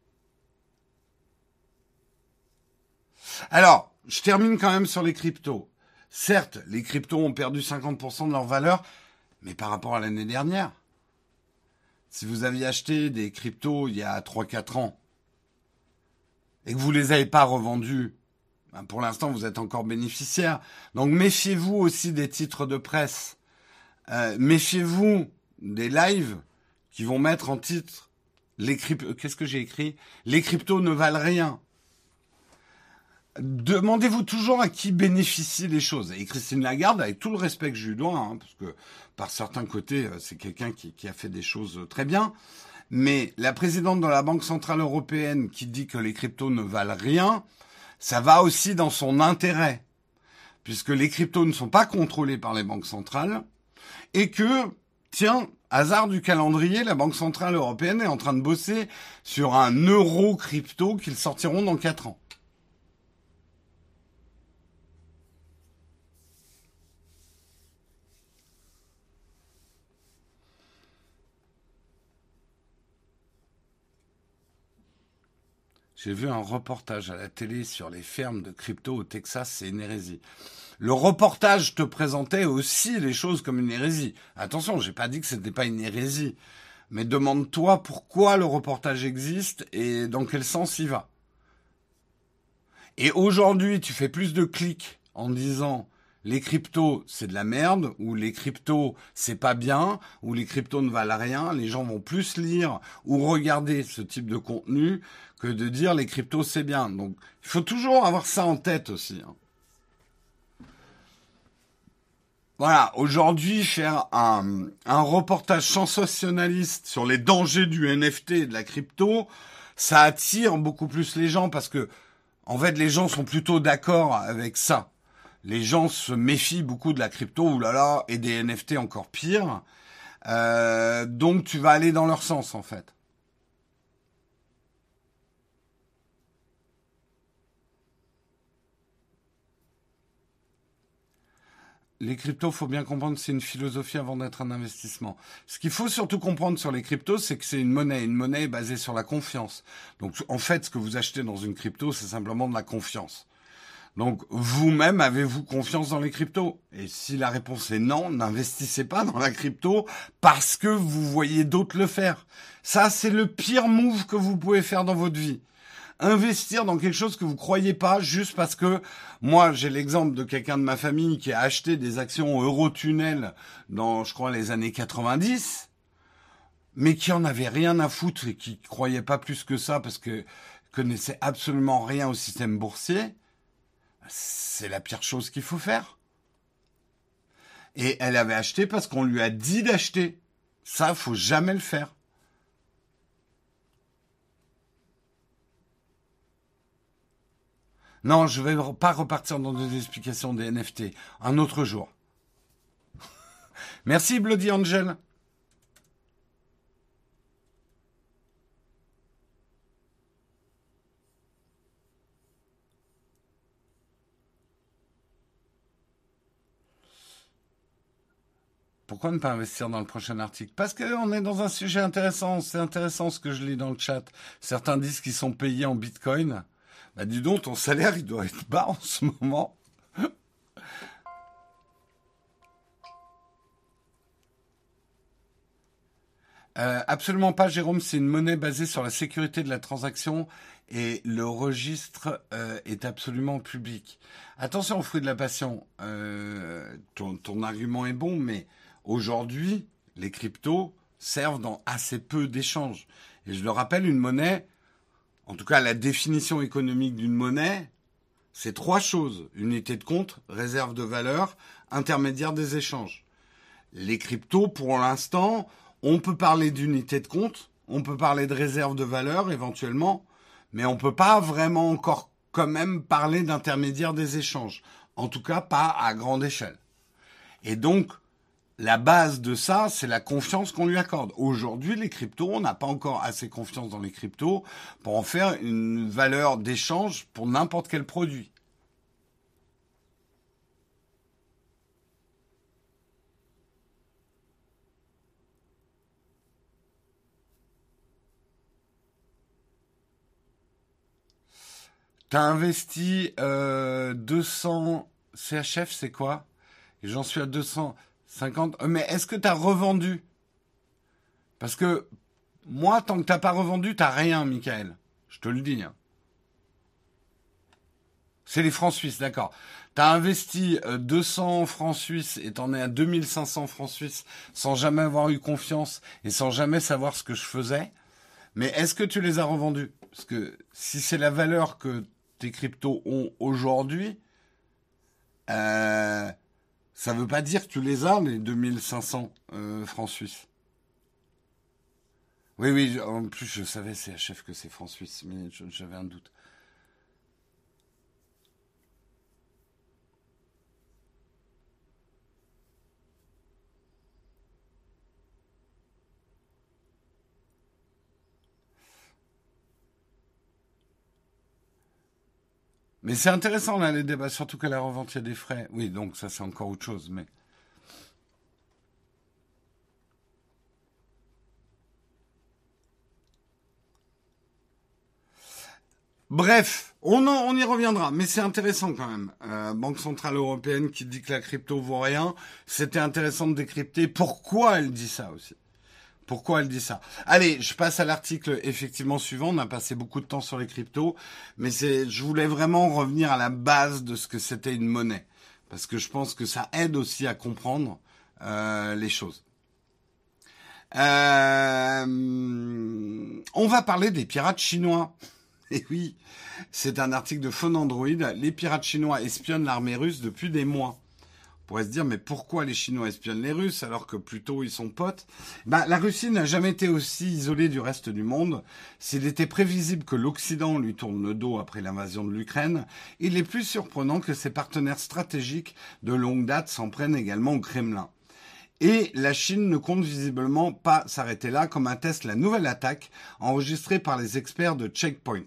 Alors, je termine quand même sur les cryptos. Certes, les cryptos ont perdu cinquante pour cent de leur valeur, mais par rapport à l'année dernière, si vous aviez acheté des cryptos il y a trois quatre ans et que vous ne les avez pas revendus, ben pour l'instant, vous êtes encore bénéficiaire. Donc méfiez-vous aussi des titres de presse. Euh, méfiez-vous des lives qui vont mettre en titre les cryptos. Qu'est-ce que j'ai écrit? Les cryptos ne valent rien. Demandez-vous toujours à qui bénéficient les choses. Et Christine Lagarde, avec tout le respect que je lui dois, hein, parce que par certains côtés, euh, c'est quelqu'un qui, qui a fait des choses très bien, mais la présidente de la Banque Centrale Européenne qui dit que les cryptos ne valent rien, ça va aussi dans son intérêt, puisque les cryptos ne sont pas contrôlés par les banques centrales, et que, tiens, hasard du calendrier, la Banque Centrale Européenne est en train de bosser sur un euro crypto qu'ils sortiront dans quatre ans. J'ai vu un reportage à la télé sur les fermes de crypto au Texas, c'est une hérésie. Le reportage te présentait aussi les choses comme une hérésie. Attention, j'ai pas dit que c'était pas une hérésie. Mais demande-toi pourquoi le reportage existe et dans quel sens il va. Et aujourd'hui, tu fais plus de clics en disant les cryptos, c'est de la merde, ou les cryptos, c'est pas bien, ou les cryptos ne valent rien, les gens vont plus lire ou regarder ce type de contenu que de dire les cryptos, c'est bien. Donc, il faut toujours avoir ça en tête aussi. Hein. Voilà, aujourd'hui, faire un, un reportage sensationnaliste sur les dangers du N F T et de la crypto, ça attire beaucoup plus les gens parce que, en fait, les gens sont plutôt d'accord avec ça. Les gens se méfient beaucoup de la crypto, oulala, et des N F T encore pire. Euh, donc tu vas aller dans leur sens, en fait. Les cryptos, faut bien comprendre que c'est une philosophie avant d'être un investissement. Ce qu'il faut surtout comprendre sur les cryptos, c'est que c'est une monnaie. Une monnaie est basée sur la confiance. Donc, en fait, ce que vous achetez dans une crypto, c'est simplement de la confiance. Donc, vous-même, avez-vous confiance dans les cryptos? Et si la réponse est non, n'investissez pas dans la crypto parce que vous voyez d'autres le faire. Ça, c'est le pire move que vous pouvez faire dans votre vie. Investir dans quelque chose que vous croyez pas juste parce que moi, j'ai l'exemple de quelqu'un de ma famille qui a acheté des actions Eurotunnel dans, je crois, les années quatre-vingt-dix, mais qui en avait rien à foutre et qui croyait pas plus que ça parce que connaissait absolument rien au système boursier. C'est la pire chose qu'il faut faire. Et elle avait acheté parce qu'on lui a dit d'acheter. Ça, faut jamais le faire. Non, je vais pas repartir dans des explications des N F T. Un autre jour. Merci Bloody Angel. Pourquoi ne pas investir dans le prochain article? Parce qu'on est dans un sujet intéressant. C'est intéressant ce que je lis dans le chat. Certains disent qu'ils sont payés en bitcoin. Bah dis donc, ton salaire, il doit être bas en ce moment. Euh, absolument pas, Jérôme. C'est une monnaie basée sur la sécurité de la transaction et le registre euh, est absolument public. Attention au fruit de la passion. Euh, ton, ton argument est bon, mais aujourd'hui, les cryptos servent dans assez peu d'échanges. Et je le rappelle, une monnaie, en tout cas la définition économique d'une monnaie, c'est trois choses. Unité de compte, réserve de valeur, intermédiaire des échanges. Les cryptos, pour l'instant, on peut parler d'unité de compte, on peut parler de réserve de valeur éventuellement, mais on peut pas vraiment encore quand même parler d'intermédiaire des échanges. En tout cas, pas à grande échelle. Et donc, la base de ça, c'est la confiance qu'on lui accorde. Aujourd'hui, les cryptos, on n'a pas encore assez confiance dans les cryptos pour en faire une valeur d'échange pour n'importe quel produit. T'as investi euh, deux cents C H F, c'est quoi? Et j'en suis à deux cent cinquante. Euh, Mais est-ce que t'as revendu? Parce que moi, tant que t'as pas revendu, t'as rien, Michael. Je te le dis. Hein. C'est les francs suisses, d'accord. T'as investi euh, deux cents francs suisses et t'en es à deux mille cinq cents francs suisses sans jamais avoir eu confiance et sans jamais savoir ce que je faisais. Mais est-ce que tu les as revendus? Parce que si c'est la valeur que tes cryptos ont aujourd'hui, euh, ça veut pas dire que tu les as, les deux mille cinq cents euh, francs suisses. Oui, oui, en plus je savais C H F que c'est francs suisses, mais je- j'avais un doute. Mais c'est intéressant là les débats, surtout qu'à la revente il y a des frais. Oui, donc ça c'est encore autre chose. Mais bref, on, en- on y reviendra. Mais c'est intéressant quand même. Euh, Banque centrale européenne qui dit que la crypto vaut rien. C'était intéressant de décrypter pourquoi elle dit ça aussi. Pourquoi elle dit ça? Allez, je passe à l'article effectivement suivant. On a passé beaucoup de temps sur les cryptos, mais c'est, je voulais vraiment revenir à la base de ce que c'était une monnaie. parce que je pense que ça aide aussi à comprendre euh, les choses. Euh, on va parler des pirates chinois. Et oui, c'est un article de Phone Android. Les pirates chinois espionnent l'armée russe depuis des mois. On pourrait se dire, mais pourquoi les Chinois espionnent les Russes alors que plutôt ils sont potes? Ben, la Russie n'a jamais été aussi isolée du reste du monde. S'il était prévisible que l'Occident lui tourne le dos après l'invasion de l'Ukraine, il est plus surprenant que ses partenaires stratégiques de longue date s'en prennent également au Kremlin. Et la Chine ne compte visiblement pas s'arrêter là, comme atteste la nouvelle attaque enregistrée par les experts de Checkpoint.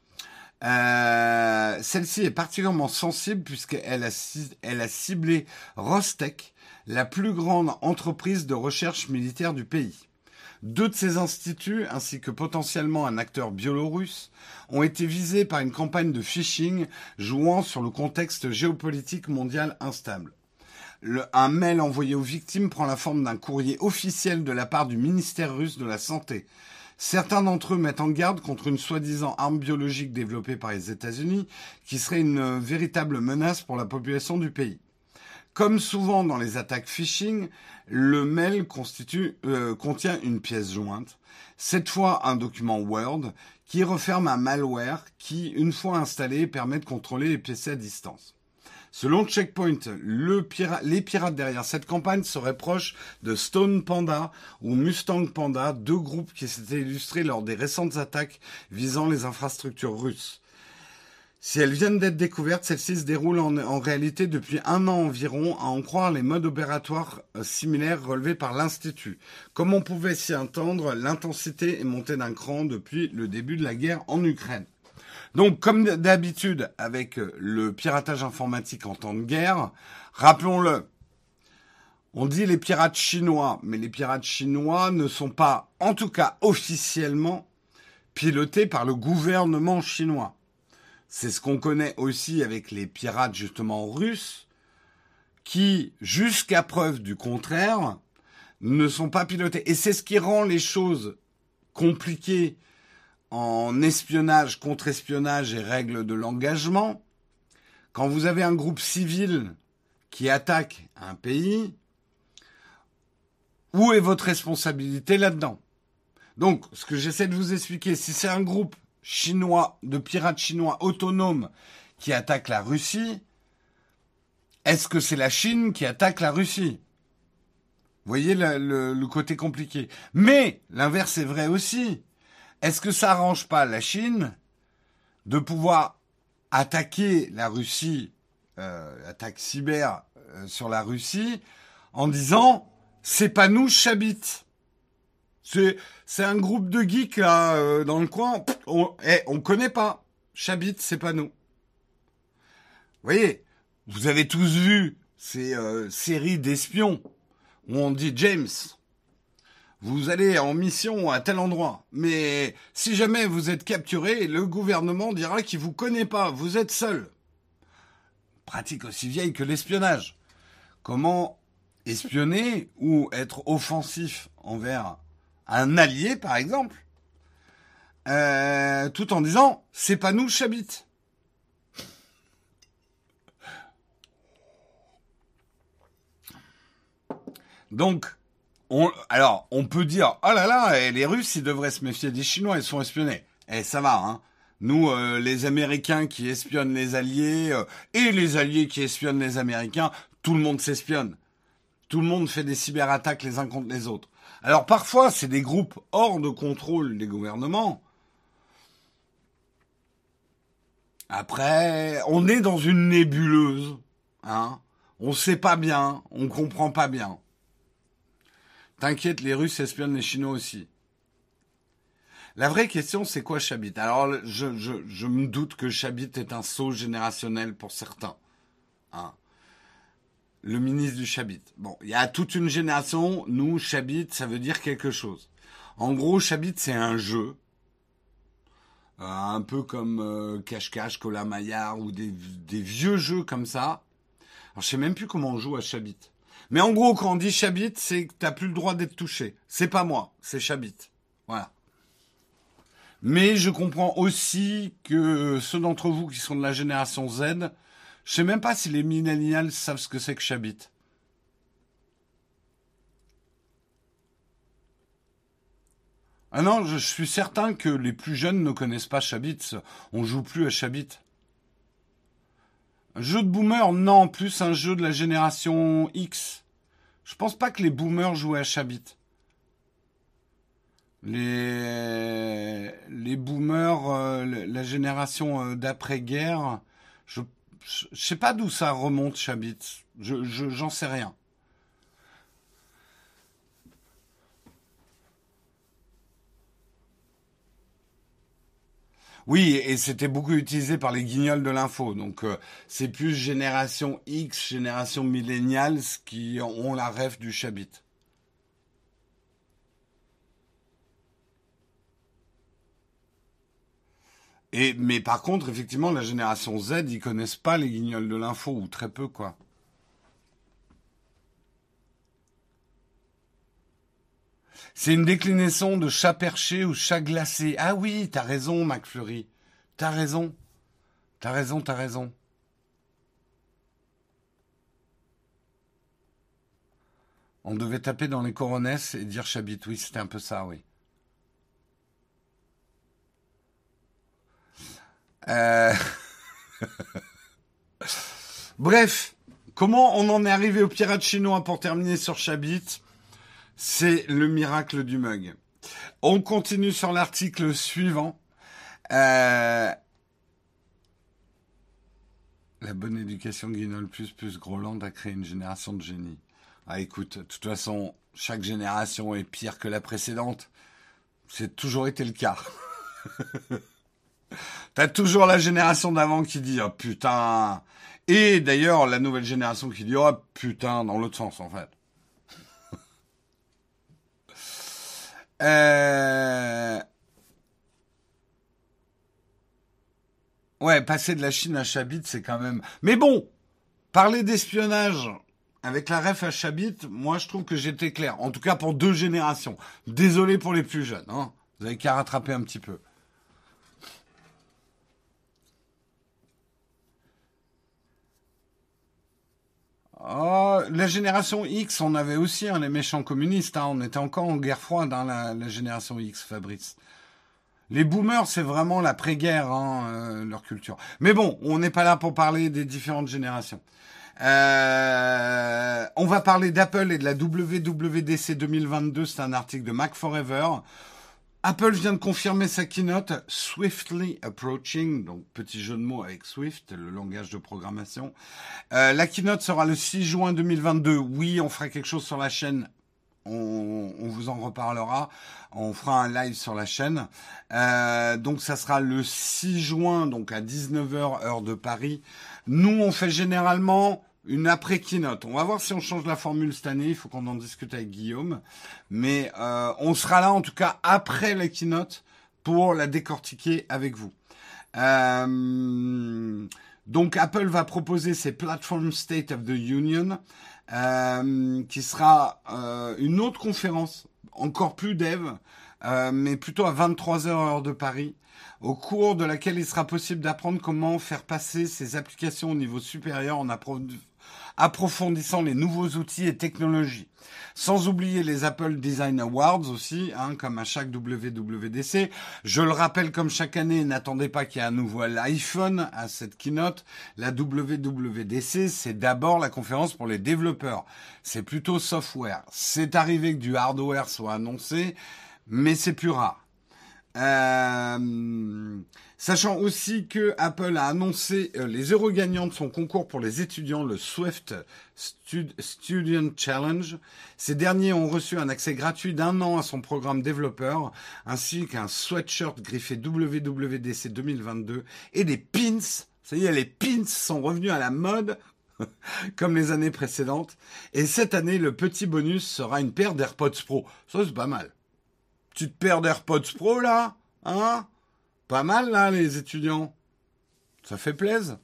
Euh, celle-ci est particulièrement sensible puisqu'elle a, elle a ciblé Rostec, la plus grande entreprise de recherche militaire du pays. Deux de ces instituts, ainsi que potentiellement un acteur biélorusse, ont été visés par une campagne de phishing jouant sur le contexte géopolitique mondial instable. Le, un mail envoyé aux victimes prend la forme d'un courrier officiel de la part du ministère russe de la Santé. Certains d'entre eux mettent en garde contre une soi-disant arme biologique développée par les États-Unis qui serait une véritable menace pour la population du pays. Comme souvent dans les attaques phishing, le mail constitue, euh, contient une pièce jointe, cette fois un document Word, qui referme un malware qui, une fois installé, permet de contrôler les P C à distance. Selon Checkpoint, le pira- les pirates derrière cette campagne seraient proches de Stone Panda ou Mustang Panda, deux groupes qui s'étaient illustrés lors des récentes attaques visant les infrastructures russes. Si elles viennent d'être découvertes, celles-ci se déroulent en, en réalité depuis un an environ, à en croire les modes opératoires euh, similaires relevés par l'Institut. Comme on pouvait s'y attendre, l'intensité est montée d'un cran depuis le début de la guerre en Ukraine. Donc, comme d'habitude, avec le piratage informatique en temps de guerre, rappelons-le, on dit les pirates chinois, mais les pirates chinois ne sont pas, en tout cas officiellement, pilotés par le gouvernement chinois. C'est ce qu'on connaît aussi avec les pirates justement russes, qui, jusqu'à preuve du contraire, ne sont pas pilotés. Et c'est ce qui rend les choses compliquées en espionnage, contre-espionnage et règles de l'engagement. Quand vous avez un groupe civil qui attaque un pays, où est votre responsabilité là-dedans? Donc, ce que j'essaie de vous expliquer, si c'est un groupe chinois, de pirates chinois autonomes qui attaque la Russie, est-ce que c'est la Chine qui attaque la Russie? Vous voyez le, le, le côté compliqué. Mais l'inverse est vrai aussi. Est-ce que ça arrange pas la Chine de pouvoir attaquer la Russie, euh, attaque cyber euh, sur la Russie, en disant c'est pas nous Chabit, c'est c'est un groupe de geeks là euh, dans le coin, on eh, on connaît pas Chabit, c'est pas nous. Vous voyez, vous avez tous vu ces euh, séries d'espions où on dit James, vous allez en mission à tel endroit, mais si jamais vous êtes capturé, le gouvernement dira qu'il vous connaît pas, vous êtes seul. Pratique aussi vieille que l'espionnage. Comment espionner ou être offensif envers un allié, par exemple, euh, tout en disant « c'est pas nous, Chabit ». Donc, On, alors, on peut dire, oh là là, les Russes, ils devraient se méfier des Chinois, ils sont espionnés. Eh, ça va, hein. Nous, euh, les Américains qui espionnent les Alliés, euh, et les Alliés qui espionnent les Américains, tout le monde s'espionne. Tout le monde fait des cyberattaques les uns contre les autres. Alors, parfois, c'est des groupes hors de contrôle des gouvernements. Après, on est dans une nébuleuse, hein. On sait pas bien, on comprend pas bien. T'inquiète, les Russes espionnent les Chinois aussi. La vraie question, c'est quoi Chabit? Alors, je, je, je me doute que Chabit est un saut générationnel pour certains. Hein. Le ministre du Chabit. Bon, il y a toute une génération, nous, Chabit, ça veut dire quelque chose. En gros, Chabit, c'est un jeu. Euh, un peu comme euh, Cache-Cache, Colin-Maillard, ou des, des vieux jeux comme ça. Alors, je sais même plus comment on joue à Chabit. Mais en gros, quand on dit Chabit, c'est que t'as plus le droit d'être touché. C'est pas moi, c'est Chabit. Voilà. Mais je comprends aussi que ceux d'entre vous qui sont de la génération Z, Je sais même pas si les millennials savent ce que c'est que Chabit. Ah non, je, je suis certain que les plus jeunes ne connaissent pas Chabit. On joue plus à Chabit. Un jeu de boomer, non, plus un jeu de la génération X. Je pense pas que les boomers jouaient à Chabit. Les, les boomers, euh, la génération euh, d'après-guerre, je, je, je sais pas d'où ça remonte, Chabit. Je, je, j'en sais rien. Oui, et c'était beaucoup utilisé par les guignols de l'info. Donc, euh, c'est plus génération X, génération millennials qui ont la ref du Chabit. Et, mais par contre, effectivement, la génération Z, ils connaissent pas les guignols de l'info, ou très peu, quoi. C'est une déclinaison de chat perché ou chat glacé. Ah oui, t'as raison, McFlurry. T'as raison. T'as raison, t'as raison. On devait taper dans les coronets et dire Chabit. Oui, c'était un peu ça, oui. Euh, Bref, comment on en est arrivé au pirate chinois pour terminer sur Chabit? C'est le miracle du mug. On continue sur l'article suivant. Euh, La bonne éducation Guignol plus plus Groland a créé une génération de génies. Ah écoute, de toute façon, chaque génération est pire que la précédente. C'est toujours été le cas. T'as toujours la génération d'avant qui dit oh putain. Et d'ailleurs la nouvelle génération qui dit oh putain dans l'autre sens en fait. Euh... Ouais, passer de la Chine à Chabit, c'est quand même. Mais bon, parler d'espionnage avec la ref à Chabit, moi je trouve que j'étais clair. En tout cas pour deux générations. Désolé pour les plus jeunes. Hein. Vous avez qu'à rattraper un petit peu. Oh, la génération X, on avait aussi hein, les méchants communistes. Hein. On était encore en guerre froide, hein, la, la génération X, Fabrice. Les boomers, c'est vraiment l'après-guerre, hein, euh, leur culture. Mais bon, on n'est pas là pour parler des différentes générations. Euh, on va parler d'Apple et de la W W D C deux mille vingt-deux. C'est un article de Mac Forever. Apple vient de confirmer sa keynote Swiftly Approaching, donc petit jeu de mots avec Swift, le langage de programmation. Euh, la keynote sera le six juin deux mille vingt-deux. Oui, on fera quelque chose sur la chaîne. On, on vous en reparlera. On fera un live sur la chaîne. Euh, donc ça sera le six juin, donc à dix-neuf heures heure de Paris. Nous, on fait généralement une après-keynote. On va voir si on change la formule cette année. Il faut qu'on en discute avec Guillaume. Mais euh, on sera là en tout cas après la keynote pour la décortiquer avec vous. Euh, donc Apple va proposer ses Platform State of the Union, euh, qui sera euh, une autre conférence, encore plus dev, euh, mais plutôt à vingt-trois heures heure de Paris, au cours de laquelle il sera possible d'apprendre comment faire passer ces applications au niveau supérieur en appro- approfondissant les nouveaux outils et technologies. Sans oublier les Apple Design Awards aussi, hein, comme à chaque W W D C. Je le rappelle comme chaque année, n'attendez pas qu'il y ait un nouvel iPhone à cette keynote. La W W D C, c'est d'abord la conférence pour les développeurs. C'est plutôt software. C'est arrivé que du hardware soit annoncé, mais c'est plus rare. Euh, sachant aussi que Apple a annoncé euh, les heureux gagnants de son concours pour les étudiants, le Swift Stud- Student Challenge. Ces derniers ont reçu un accès gratuit d'un an à son programme développeur, ainsi qu'un sweatshirt griffé W W D C deux mille vingt-deux et des pins. Ça y est, les pins sont revenus à la mode, comme les années précédentes. Et cette année, le petit bonus sera une paire d'AirPods Pro. Ça, c'est pas mal. Petite paire d'AirPods Pro, là, hein? Pas mal, là, les étudiants. Ça fait plaisir.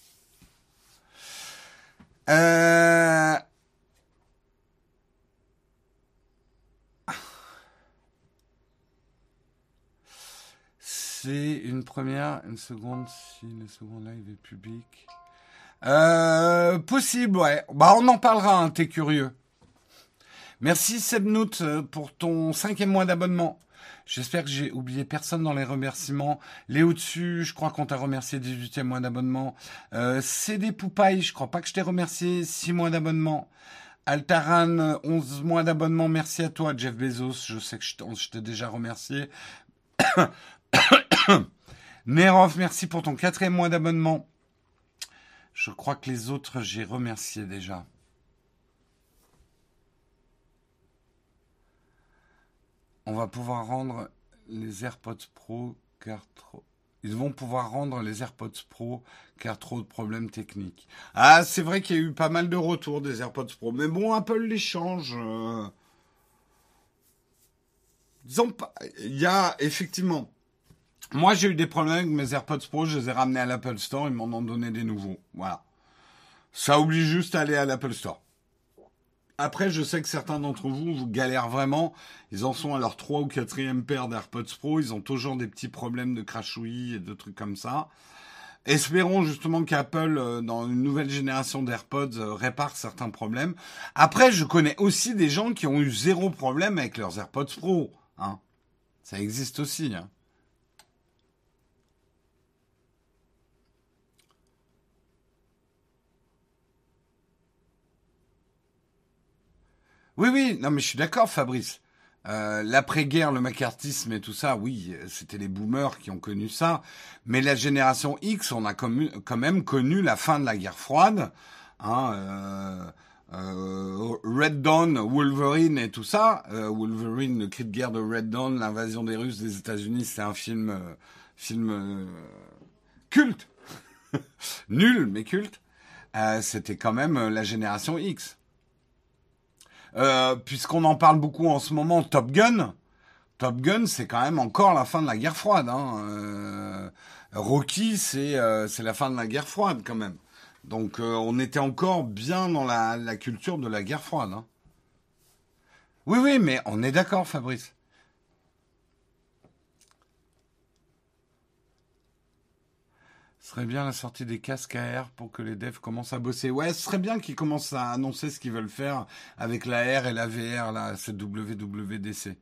Euh... C'est une première, une seconde, si le second live est public. Euh, possible, ouais. Bah, on en parlera, hein, t'es curieux. Merci Sebnout euh, pour ton cinquième mois d'abonnement. J'espère que j'ai oublié personne dans les remerciements. Léo dessus, je crois qu'on t'a remercié dix-huitième mois d'abonnement. Euh, C D Poupaille, je crois pas que je t'ai remercié six mois d'abonnement. Altaran, onze mois d'abonnement, merci à toi. Jeff Bezos, je sais que je t'en- je t'ai déjà remercié. Nerov, merci pour ton quatrième mois d'abonnement. Je crois que les autres, j'ai remercié déjà. On va pouvoir rendre les AirPods Pro car trop... Ils vont pouvoir rendre les AirPods Pro car trop de problèmes techniques. Ah, c'est vrai qu'il y a eu pas mal de retours des AirPods Pro. Mais bon, Apple les change. euh. Disons pas... Il y a effectivement... Moi, j'ai eu des problèmes avec mes AirPods Pro. Je les ai ramenés à l'Apple Store. Ils m'en ont donné des nouveaux. Voilà. Ça oblige juste à aller à l'Apple Store. Après, je sais que certains d'entre vous, vous galèrent vraiment. Ils en sont à leur trois ou quatrième paire d'AirPods Pro. Ils ont toujours des petits problèmes de crachouillis et de trucs comme ça. Espérons justement qu'Apple, euh, dans une nouvelle génération d'AirPods, euh, répare certains problèmes. Après, je connais aussi des gens qui ont eu zéro problème avec leurs AirPods Pro. Hein. Ça existe aussi. Hein. Oui, oui, non mais je suis d'accord, Fabrice. Euh, l'après-guerre, le macartisme et tout ça, oui, c'était les boomers qui ont connu ça. Mais la génération X, on a commu- quand même connu la fin de la guerre froide. Hein, euh, euh, Red Dawn, Wolverine et tout ça. Euh, Wolverine, le cri de guerre de Red Dawn, l'invasion des Russes des États-Unis, c'est un film, euh, film euh, culte, nul mais culte. Euh, c'était quand même euh, la génération X. Euh, puisqu'on en parle beaucoup en ce moment, Top Gun. Top Gun, c'est quand même encore la fin de la guerre froide. Hein. Euh, Rocky, c'est euh, c'est la fin de la guerre froide quand même. Donc euh, on était encore bien dans la, la culture de la guerre froide. Hein. Oui, oui, mais on est d'accord, Fabrice. Ce serait bien la sortie des casques A R pour que les devs commencent à bosser. Ouais, ce serait bien qu'ils commencent à annoncer ce qu'ils veulent faire avec l'A R et la V R, là, cette W W D C.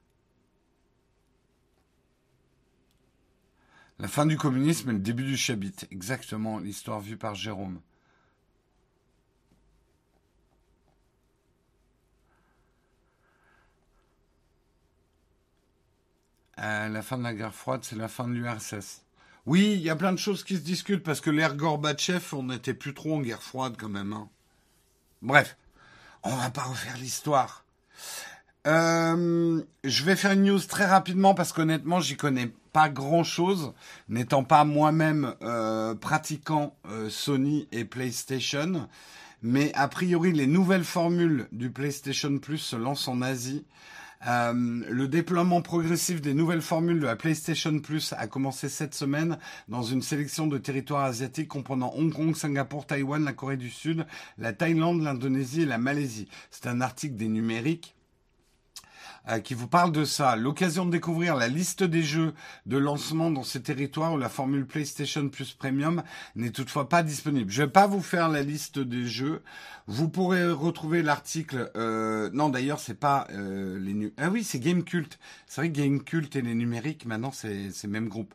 La fin du communisme et le début du chabit. Exactement, l'histoire vue par Jérôme. Euh, la fin de la guerre froide, c'est la fin de l'U R S S. Oui, il y a plein de choses qui se discutent parce que l'ère Gorbatchev, on n'était plus trop en guerre froide quand même. Hein. Bref, on va pas refaire l'histoire. Euh, je vais faire une news très rapidement parce qu'honnêtement, j'y connais pas grand-chose, n'étant pas moi-même euh, pratiquant euh, Sony et PlayStation. Mais a priori, les nouvelles formules du PlayStation Plus se lancent en Asie. Euh, le déploiement progressif des nouvelles formules de la PlayStation Plus a commencé cette semaine dans une sélection de territoires asiatiques comprenant Hong Kong, Singapour, Taïwan, la Corée du Sud, la Thaïlande, l'Indonésie et la Malaisie. C'est un article des Numériques euh, qui vous parle de ça. L'occasion de découvrir la liste des jeux de lancement dans ces territoires où la formule PlayStation Plus Premium n'est toutefois pas disponible. Je vais pas vous faire la liste des jeux. Vous pourrez retrouver l'article. Euh, non, d'ailleurs, c'est pas euh, les nu- Ah oui, c'est Gamecult. C'est vrai que Gamecult et les numériques maintenant c'est c'est le même groupe.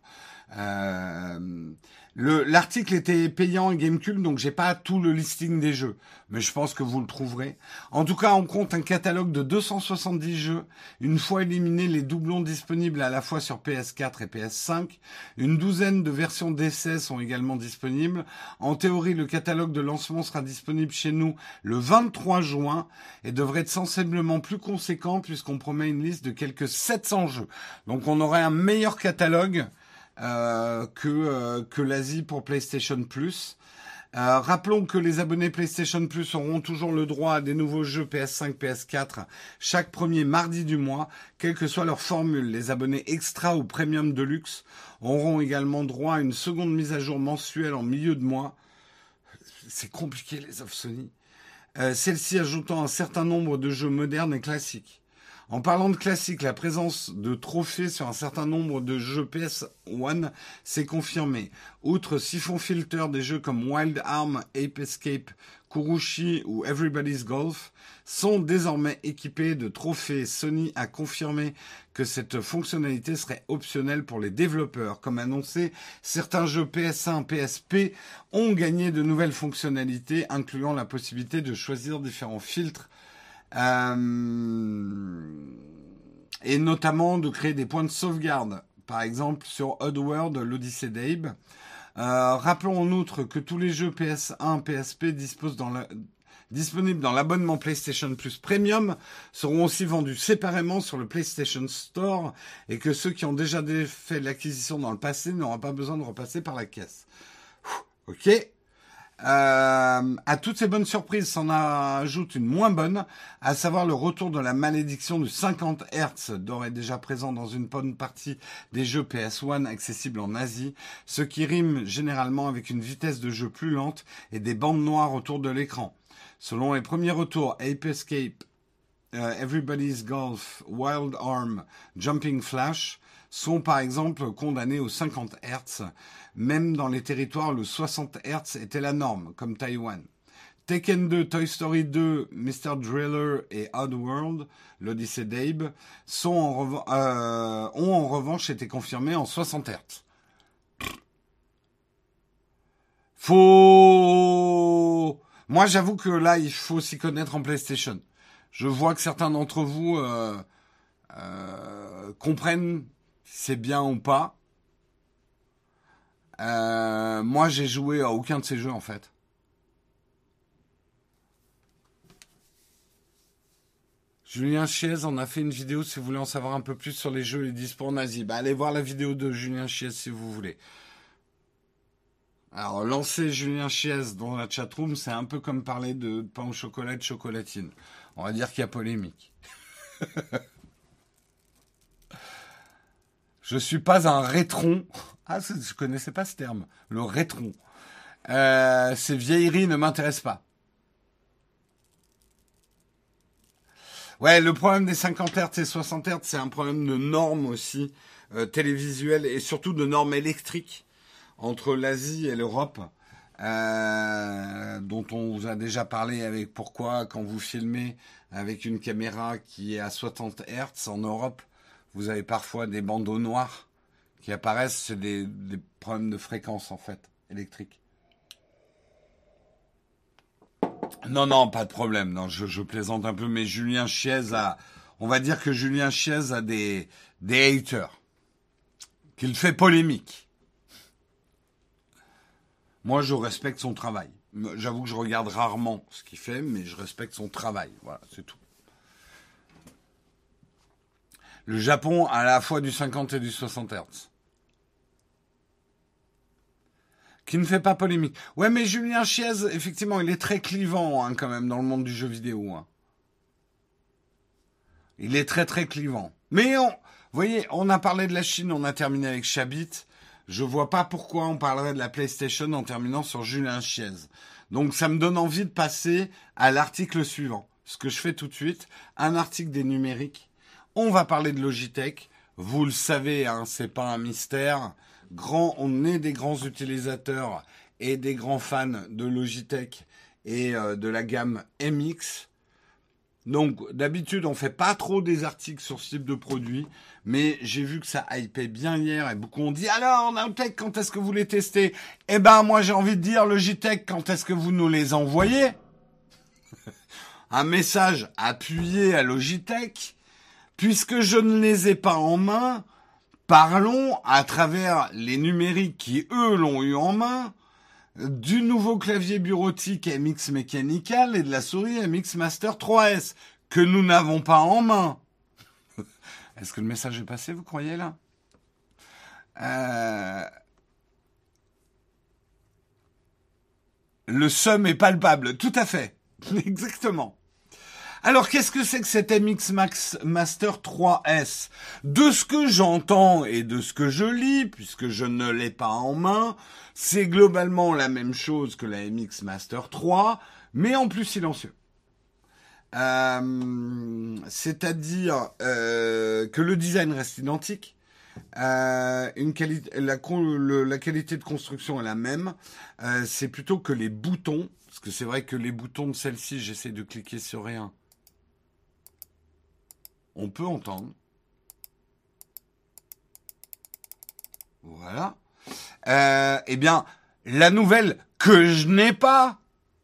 Euh, le, l'article était payant et Gamecube, donc j'ai pas tout le listing des jeux, mais je pense que vous le trouverez. En tout cas, on compte un catalogue de deux cent soixante-dix jeux, une fois éliminés les doublons disponibles à la fois sur P S quatre et P S cinq. Une douzaine de versions d'essai sont également disponibles. En théorie, le catalogue de lancement sera disponible chez nous le vingt-trois juin et devrait être sensiblement plus conséquent puisqu'on promet une liste de quelques sept cents jeux. Donc on aurait un meilleur catalogue Euh, que, euh, que l'Asie pour PlayStation Plus. Euh, rappelons que les abonnés PlayStation Plus auront toujours le droit à des nouveaux jeux P S cinq, P S quatre chaque premier mardi du mois, quelle que soit leur formule. Les abonnés Extra ou Premium Deluxe auront également droit à une seconde mise à jour mensuelle en milieu de mois. C'est compliqué les offres Sony. Euh, celle-ci ajoutant un certain nombre de jeux modernes et classiques. En parlant de classiques, la présence de trophées sur un certain nombre de jeux P S un s'est confirmée. Outre Siphon Filter, des jeux comme Wild Arms, Ape Escape, Kurushi ou Everybody's Golf sont désormais équipés de trophées. Sony a confirmé que cette fonctionnalité serait optionnelle pour les développeurs. Comme annoncé, certains jeux P S un, P S P ont gagné de nouvelles fonctionnalités, incluant la possibilité de choisir différents filtres euh, et notamment de créer des points de sauvegarde. Par exemple, sur Oddworld, l'Odyssée d'Abe. Euh, rappelons en outre que tous les jeux P S un, P S P disposent dans la, disponibles dans l'abonnement PlayStation Plus Premium seront aussi vendus séparément sur le PlayStation Store et que ceux qui ont déjà fait l'acquisition dans le passé n'auront pas besoin de repasser par la caisse. Ok. Euh, à toutes ces bonnes surprises s'en ajoute une moins bonne, à savoir le retour de la malédiction du cinquante hertz, d'ores et déjà présent dans une bonne partie des jeux P S un accessibles en Asie, ce qui rime généralement avec une vitesse de jeu plus lente et des bandes noires autour de l'écran. Selon les premiers retours, Ape Escape, uh, Everybody's Golf, Wild Arm, Jumping Flash sont par exemple condamnés aux cinquante hertz. Même dans les territoires, le soixante hertz était la norme, comme Taïwan. Tekken deux, Toy Story deux, mister Driller et Oddworld, l'Odyssée d'Abe, sont en rev- euh, ont en revanche été confirmés en soixante hertz. Faut... Moi, j'avoue que là, il faut s'y connaître en PlayStation. Je vois que certains d'entre vous euh, euh, comprennent si c'est bien ou pas. Euh, moi, j'ai joué à aucun de ces jeux, en fait. Julien Chiez en a fait une vidéo si vous voulez en savoir un peu plus sur les jeux et les dispo en Asie. Bah, allez voir la vidéo de Julien Chiez si vous voulez. Alors, lancer Julien Chiez dans la chatroom, c'est un peu comme parler de pain au chocolat et de chocolatine. On va dire qu'il y a polémique. Je suis pas un rétron. Ah, je connaissais pas ce terme. Le rétron. Euh, ces vieilleries ne m'intéressent pas. Ouais, le problème des cinquante hertz et soixante hertz, c'est un problème de normes aussi, euh, télévisuelles et surtout de normes électriques entre l'Asie et l'Europe, euh, dont on vous a déjà parlé avec pourquoi quand vous filmez avec une caméra qui est à soixante hertz en Europe, vous avez parfois des bandeaux noirs qui apparaissent, c'est des, des problèmes de fréquence en fait, électriques. Non, non, pas de problème. Non, je, je plaisante un peu, mais Julien Chiez a... On va dire que Julien Chiez a des, des haters. Qu'il fait polémique. Moi, je respecte son travail. J'avoue que je regarde rarement ce qu'il fait, mais je respecte son travail. Voilà, c'est tout. Le Japon a à la fois du cinquante et du soixante hertz. Qui ne fait pas polémique. Ouais, mais Julien Chiez, effectivement, il est très clivant hein, quand même dans le monde du jeu vidéo. Hein. Il est très très clivant. Mais on, vous voyez, on a parlé de la Chine, on a terminé avec Chabit. Je vois pas pourquoi on parlerait de la PlayStation en terminant sur Julien Chiez. Donc ça me donne envie de passer à l'article suivant. Ce que je fais tout de suite, un article des numériques. On va parler de Logitech. Vous le savez, hein, c'est pas un mystère. Grand, on est des grands utilisateurs et des grands fans de Logitech et euh, de la gamme M X. Donc d'habitude on fait pas trop des articles sur ce type de produit, mais j'ai vu que ça hypait bien hier et beaucoup ont dit alors Nowtech quand est-ce que vous les testez? Eh ben moi j'ai envie de dire Logitech quand est-ce que vous nous les envoyez? Un message appuyé à Logitech, puisque je ne les ai pas en main. Parlons, à travers les numériques qui, eux, l'ont eu en main, du nouveau clavier bureautique M X Mechanical et de la souris M X Master trois S, que nous n'avons pas en main. Est-ce que le message est passé, vous croyez, là euh... Le seum est palpable, tout à fait. Exactement. Alors, qu'est-ce que c'est que cet M X Max Master trois S? De ce que j'entends et de ce que je lis, puisque je ne l'ai pas en main, c'est globalement la même chose que la M X Master trois, mais en plus silencieux. Euh, c'est-à-dire euh, que le design reste identique. Euh, une quali- la, con- le- la qualité de construction est la même. Euh, c'est plutôt que les boutons, parce que c'est vrai que les boutons de celle-ci, j'essaie de cliquer sur rien. On peut entendre. Voilà. Euh, eh bien, la nouvelle que je n'ai pas,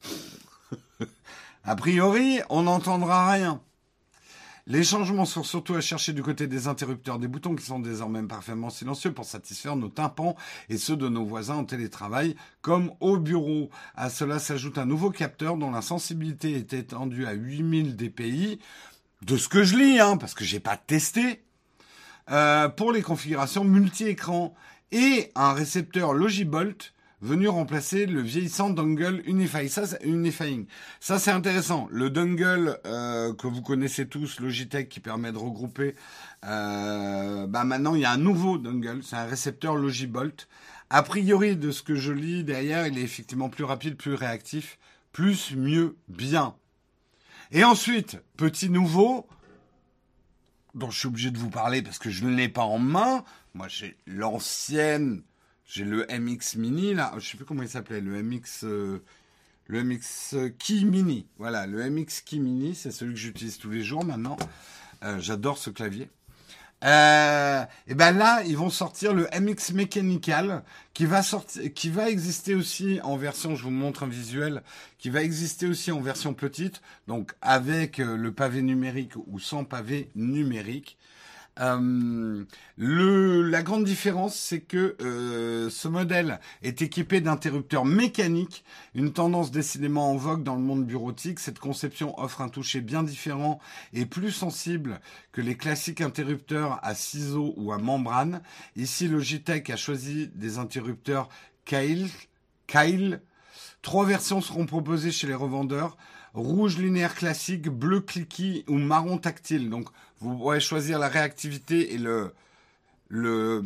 a priori, on n'entendra rien. Les changements sont surtout à chercher du côté des interrupteurs des boutons qui sont désormais parfaitement silencieux pour satisfaire nos tympans et ceux de nos voisins en télétravail comme au bureau. À cela s'ajoute un nouveau capteur dont la sensibilité est étendue à huit mille D P I, de ce que je lis, hein, parce que j'ai pas testé, euh, pour les configurations multi-écrans et un récepteur Logibolt venu remplacer le vieillissant dongle Unify. Ça, c'est Unifying. Ça, c'est intéressant. Le dongle euh, que vous connaissez tous, Logitech, qui permet de regrouper. Euh, bah maintenant, il y a un nouveau dongle. C'est un récepteur Logibolt. A priori, de ce que je lis derrière, il est effectivement plus rapide, plus réactif, plus, mieux, bien. Et ensuite, petit nouveau, dont je suis obligé de vous parler parce que je ne l'ai pas en main. Moi, j'ai l'ancienne. J'ai le M X Mini, là, je sais plus comment il s'appelait, le M X, euh, le M X Key Mini. Voilà, le M X Key Mini, c'est celui que j'utilise tous les jours maintenant. Euh, j'adore ce clavier. Euh, et ben là, ils vont sortir le M X Mechanical, qui va sortir, qui va exister aussi en version, je vous montre un visuel, qui va exister aussi en version petite, donc avec euh, le pavé numérique ou sans pavé numérique. Euh, le, la grande différence, c'est que euh, ce modèle est équipé d'interrupteurs mécaniques, une tendance décidément en vogue dans le monde bureautique. Cette conception offre un toucher bien différent et plus sensible que les classiques interrupteurs à ciseaux ou à membrane. Ici, Logitech a choisi des interrupteurs Kyle. Kyle. Trois versions seront proposées chez les revendeurs. Rouge linéaire classique, bleu clicky ou marron tactile. Donc, vous pourrez choisir la réactivité et le... le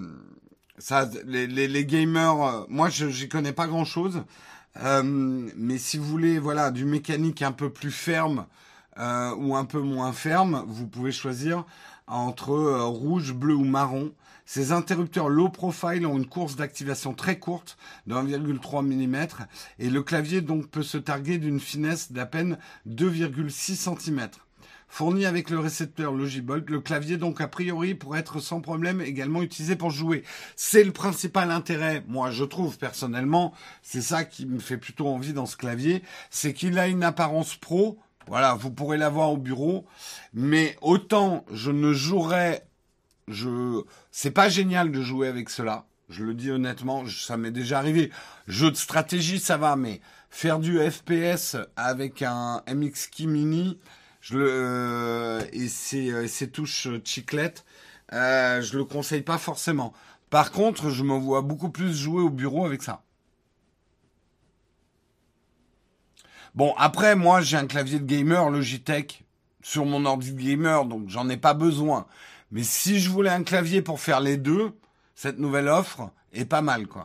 ça, les, les, les gamers, moi, je j'y connais pas grand-chose. Euh, mais si vous voulez, voilà, du mécanique un peu plus ferme euh, ou un peu moins ferme, vous pouvez choisir entre euh, rouge, bleu ou marron. Ces interrupteurs low profile ont une course d'activation très courte de un virgule trois millimètres et le clavier donc peut se targuer d'une finesse d'à peine deux virgule six centimètres. Fourni avec le récepteur Logibolt, le clavier donc a priori pourrait être sans problème également utilisé pour jouer. C'est le principal intérêt, moi je trouve personnellement, c'est ça qui me fait plutôt envie dans ce clavier, c'est qu'il a une apparence pro. Voilà, vous pourrez l'avoir au bureau, mais autant je ne jouerai, je, c'est pas génial de jouer avec cela. Je le dis honnêtement, ça m'est déjà arrivé. Jeu de stratégie, ça va, mais faire du F P S avec un M X Key Mini, je le euh, et ses, euh, ses touches chiclette, euh, je le conseille pas forcément. Par contre, je me vois beaucoup plus jouer au bureau avec ça. Bon, après, moi, j'ai un clavier de gamer Logitech sur mon ordi de gamer, donc j'en ai pas besoin. Mais si je voulais un clavier pour faire les deux, cette nouvelle offre est pas mal, quoi.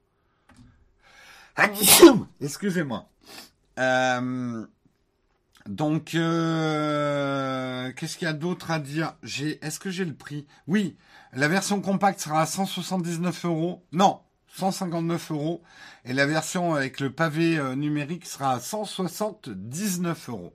Excusez-moi. Euh, donc, euh, qu'est-ce qu'il y a d'autre à dire? J'ai, est-ce que j'ai le prix? Oui, la version compacte sera à cent soixante-dix-neuf euros. Non, cent cinquante-neuf euros. Et la version avec le pavé euh, numérique sera à cent soixante-dix-neuf euros.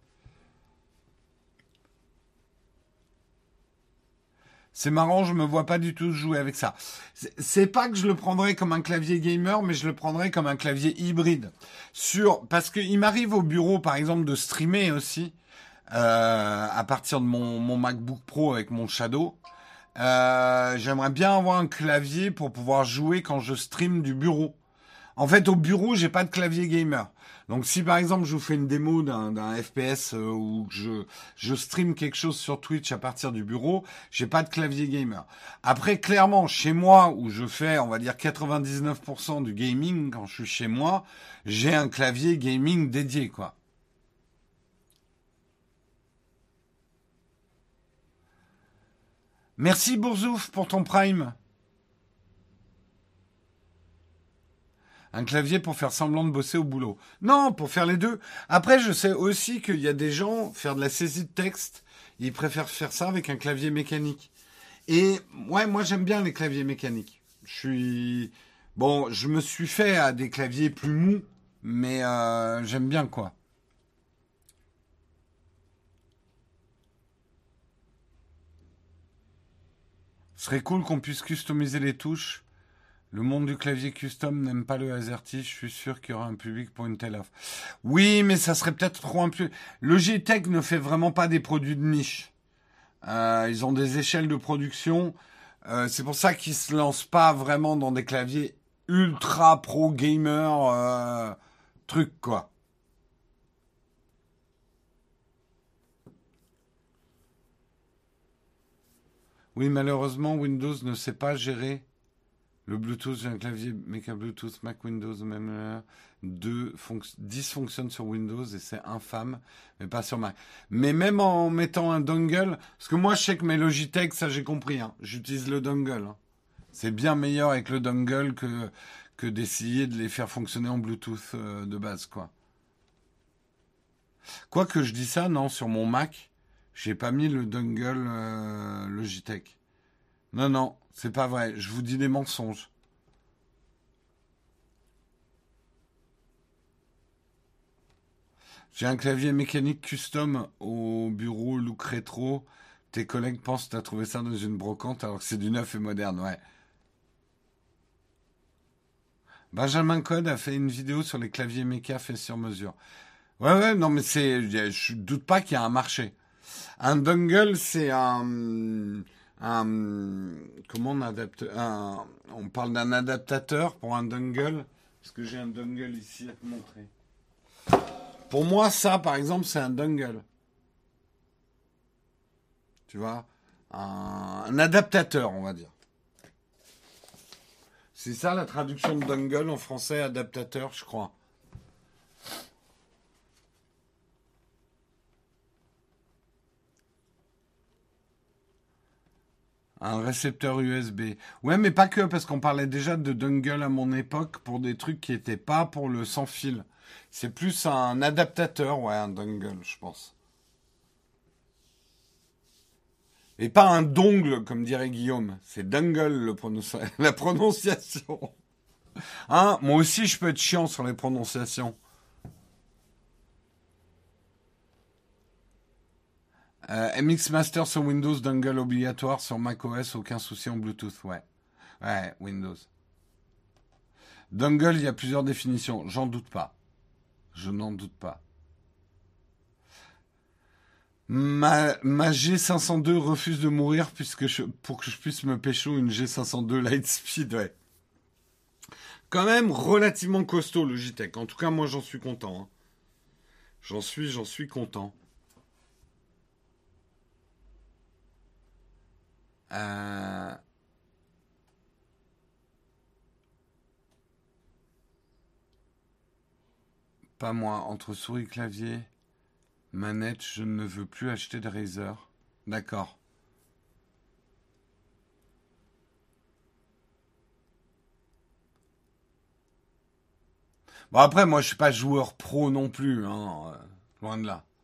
C'est marrant, je me vois pas du tout jouer avec ça. C'est pas que je le prendrais comme un clavier gamer, mais je le prendrais comme un clavier hybride. Sur, parce qu'il m'arrive au bureau, par exemple, de streamer aussi, euh, à partir de mon, mon MacBook Pro avec mon Shadow. Euh, j'aimerais bien avoir un clavier pour pouvoir jouer quand je stream du bureau. En fait, au bureau, j'ai pas de clavier gamer. Donc, si par exemple, je vous fais une démo d'un, d'un F P S euh, ou que je, je stream quelque chose sur Twitch à partir du bureau, j'ai pas de clavier gamer. Après, clairement, chez moi, où je fais, on va dire, quatre-vingt-dix-neuf pour cent du gaming quand je suis chez moi, j'ai un clavier gaming dédié, quoi. Merci Bourzouf pour ton prime. Un clavier pour faire semblant de bosser au boulot. Non, pour faire les deux. Après, je sais aussi qu'il y a des gens, faire de la saisie de texte, ils préfèrent faire ça avec un clavier mécanique. Et ouais, moi j'aime bien les claviers mécaniques. Je suis... Bon, je me suis fait à des claviers plus mous, mais euh, j'aime bien quoi. Ce serait cool qu'on puisse customiser les touches. Le monde du clavier custom n'aime pas le AZERTY. Je suis sûr qu'il y aura un public pour une telle offre. Oui, mais ça serait peut-être trop un peu... Logitech ne fait vraiment pas des produits de niche. Euh, ils ont des échelles de production. Euh, c'est pour ça qu'ils se lancent pas vraiment dans des claviers ultra pro gamer euh, truc quoi. Oui, malheureusement, Windows ne sait pas gérer le Bluetooth. J'ai un clavier Mecha Bluetooth, Mac Windows, même euh, deux fonc- dix fonctionnent sur Windows et c'est infâme, mais pas sur Mac. Mais même en mettant un dongle, parce que moi je sais que mes Logitech, ça j'ai compris, hein, j'utilise le dongle. Hein. C'est bien meilleur avec le dongle que, que d'essayer de les faire fonctionner en Bluetooth euh, de base, quoi. Quoi que je dis ça, non, sur mon Mac, j'ai pas mis le dongle euh, Logitech. Non, non, c'est pas vrai. Je vous dis des mensonges. J'ai un clavier mécanique custom au bureau look rétro. Tes collègues pensent que t'as trouvé ça dans une brocante alors que c'est du neuf et moderne, ouais. Benjamin Code a fait une vidéo sur les claviers méca faits sur mesure. Ouais, ouais, non, mais c'est, je doute pas qu'il y a un marché. Un dongle, c'est un, un, comment on adapte, un, on parle d'un adaptateur pour un dongle. Est-ce que j'ai un dongle ici à te montrer? Pour moi, ça, par exemple, c'est un dongle. Tu vois? Un, un adaptateur, on va dire. C'est ça la traduction de dongle en français, adaptateur, je crois. Un récepteur U S B. Ouais, mais pas que, parce qu'on parlait déjà de dongle à mon époque pour des trucs qui n'étaient pas pour le sans fil. C'est plus un adaptateur, ouais, un dongle, je pense. Et pas un dongle, comme dirait Guillaume. C'est dongle, le prononci- la prononciation. Hein, moi aussi, je peux être chiant sur les prononciations. Euh, M X Master sur Windows, dongle obligatoire sur macOS, aucun souci en Bluetooth, ouais. Ouais, Windows. Dongle, il y a plusieurs définitions, j'en doute pas. Je n'en doute pas. Ma, ma G cinq cent deux refuse de mourir puisque je, pour que je puisse me pécho une G cinq cent deux Lightspeed, ouais. Quand même relativement costaud, Logitech. En tout cas, moi, j'en suis content. Hein. J'en suis, j'en suis content. Euh... Pas moi. Entre souris et clavier, manette, je ne veux plus acheter de Razer. D'accord. Bon, après, moi, je suis pas joueur pro non plus. Hein. euh, Loin de là.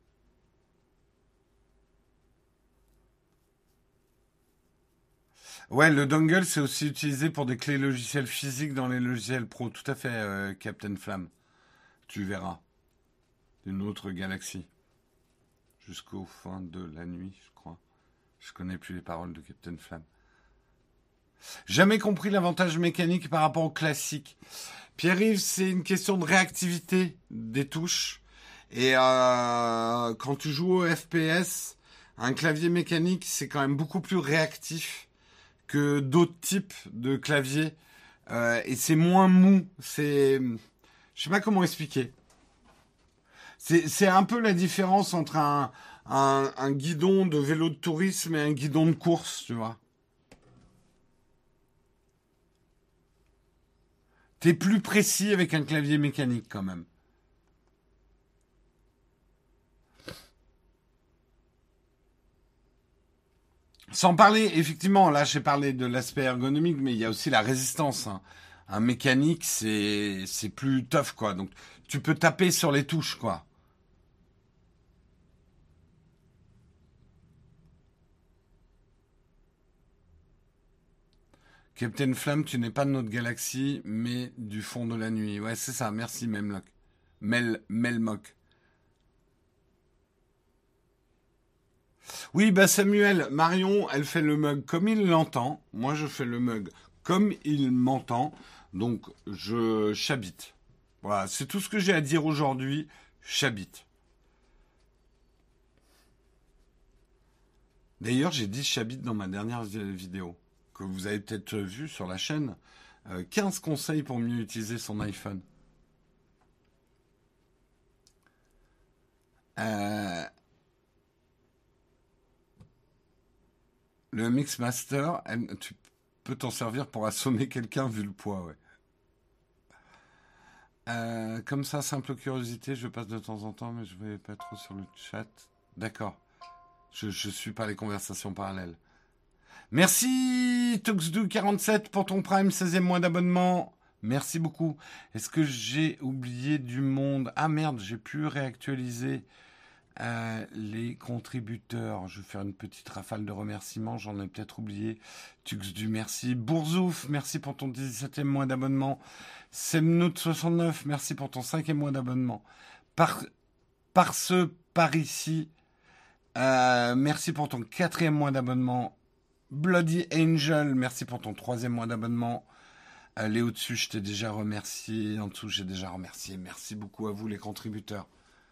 Ouais, le dongle, c'est aussi utilisé pour des clés logicielles physiques dans les logiciels pro. Tout à fait, euh, Captain Flamme. Tu verras. Une autre galaxie. Jusqu'au fin de la nuit, je crois. Je connais plus les paroles de Captain Flamme. Jamais compris l'avantage mécanique par rapport au classique. Pierre-Yves, c'est une question de réactivité des touches. Et euh, quand tu joues au F P S, un clavier mécanique, c'est quand même beaucoup plus réactif que d'autres types de claviers. Euh, et c'est moins mou. C'est... Je sais pas comment expliquer. C'est, c'est un peu la différence entre un, un, un guidon de vélo de tourisme et un guidon de course, tu vois. T'es plus précis avec un clavier mécanique quand même. Sans parler, effectivement, là j'ai parlé de l'aspect ergonomique, mais il y a aussi la résistance. Hein. Un mécanique, c'est c'est plus tough, quoi. Donc, tu peux taper sur les touches, quoi. Captain Flamme, tu n'es pas de notre galaxie, mais du fond de la nuit. Ouais, c'est ça. Merci, Memlock. Mel, Melmock. Oui, bah Samuel, Marion, elle fait le mug comme il l'entend. Moi, je fais le mug comme il m'entend. Donc, je j'habite. Voilà, c'est tout ce que j'ai à dire aujourd'hui. J'habite. D'ailleurs, j'ai dit j'habite dans ma dernière vi- vidéo, que vous avez peut-être vu sur la chaîne. Euh, quinze conseils pour mieux utiliser son iPhone. Euh, le Mixmaster, elle- tu peux t'en servir pour assommer quelqu'un vu le poids, ouais. Euh, comme ça, simple curiosité, je passe de temps en temps, mais je vais pas trop sur le chat. D'accord. Je, je suis pas les conversations parallèles. Merci Tuxdu quarante-sept pour ton Prime, seizième mois d'abonnement. Merci beaucoup. Est-ce que j'ai oublié du monde? Ah merde, j'ai pu réactualiser euh, les contributeurs. Je vais faire une petite rafale de remerciements, j'en ai peut-être oublié. Tuxdu, merci. Bourzouf, merci pour ton dix-septième mois d'abonnement. Semnout soixante-neuf, merci pour ton cinquième mois d'abonnement. Par, par ce, par ici, euh, merci pour ton quatrième mois d'abonnement. Bloody Angel, merci pour ton troisième mois d'abonnement. Euh, les au-dessus, je t'ai déjà remercié. En dessous, j'ai déjà remercié. Merci beaucoup à vous, les contributeurs.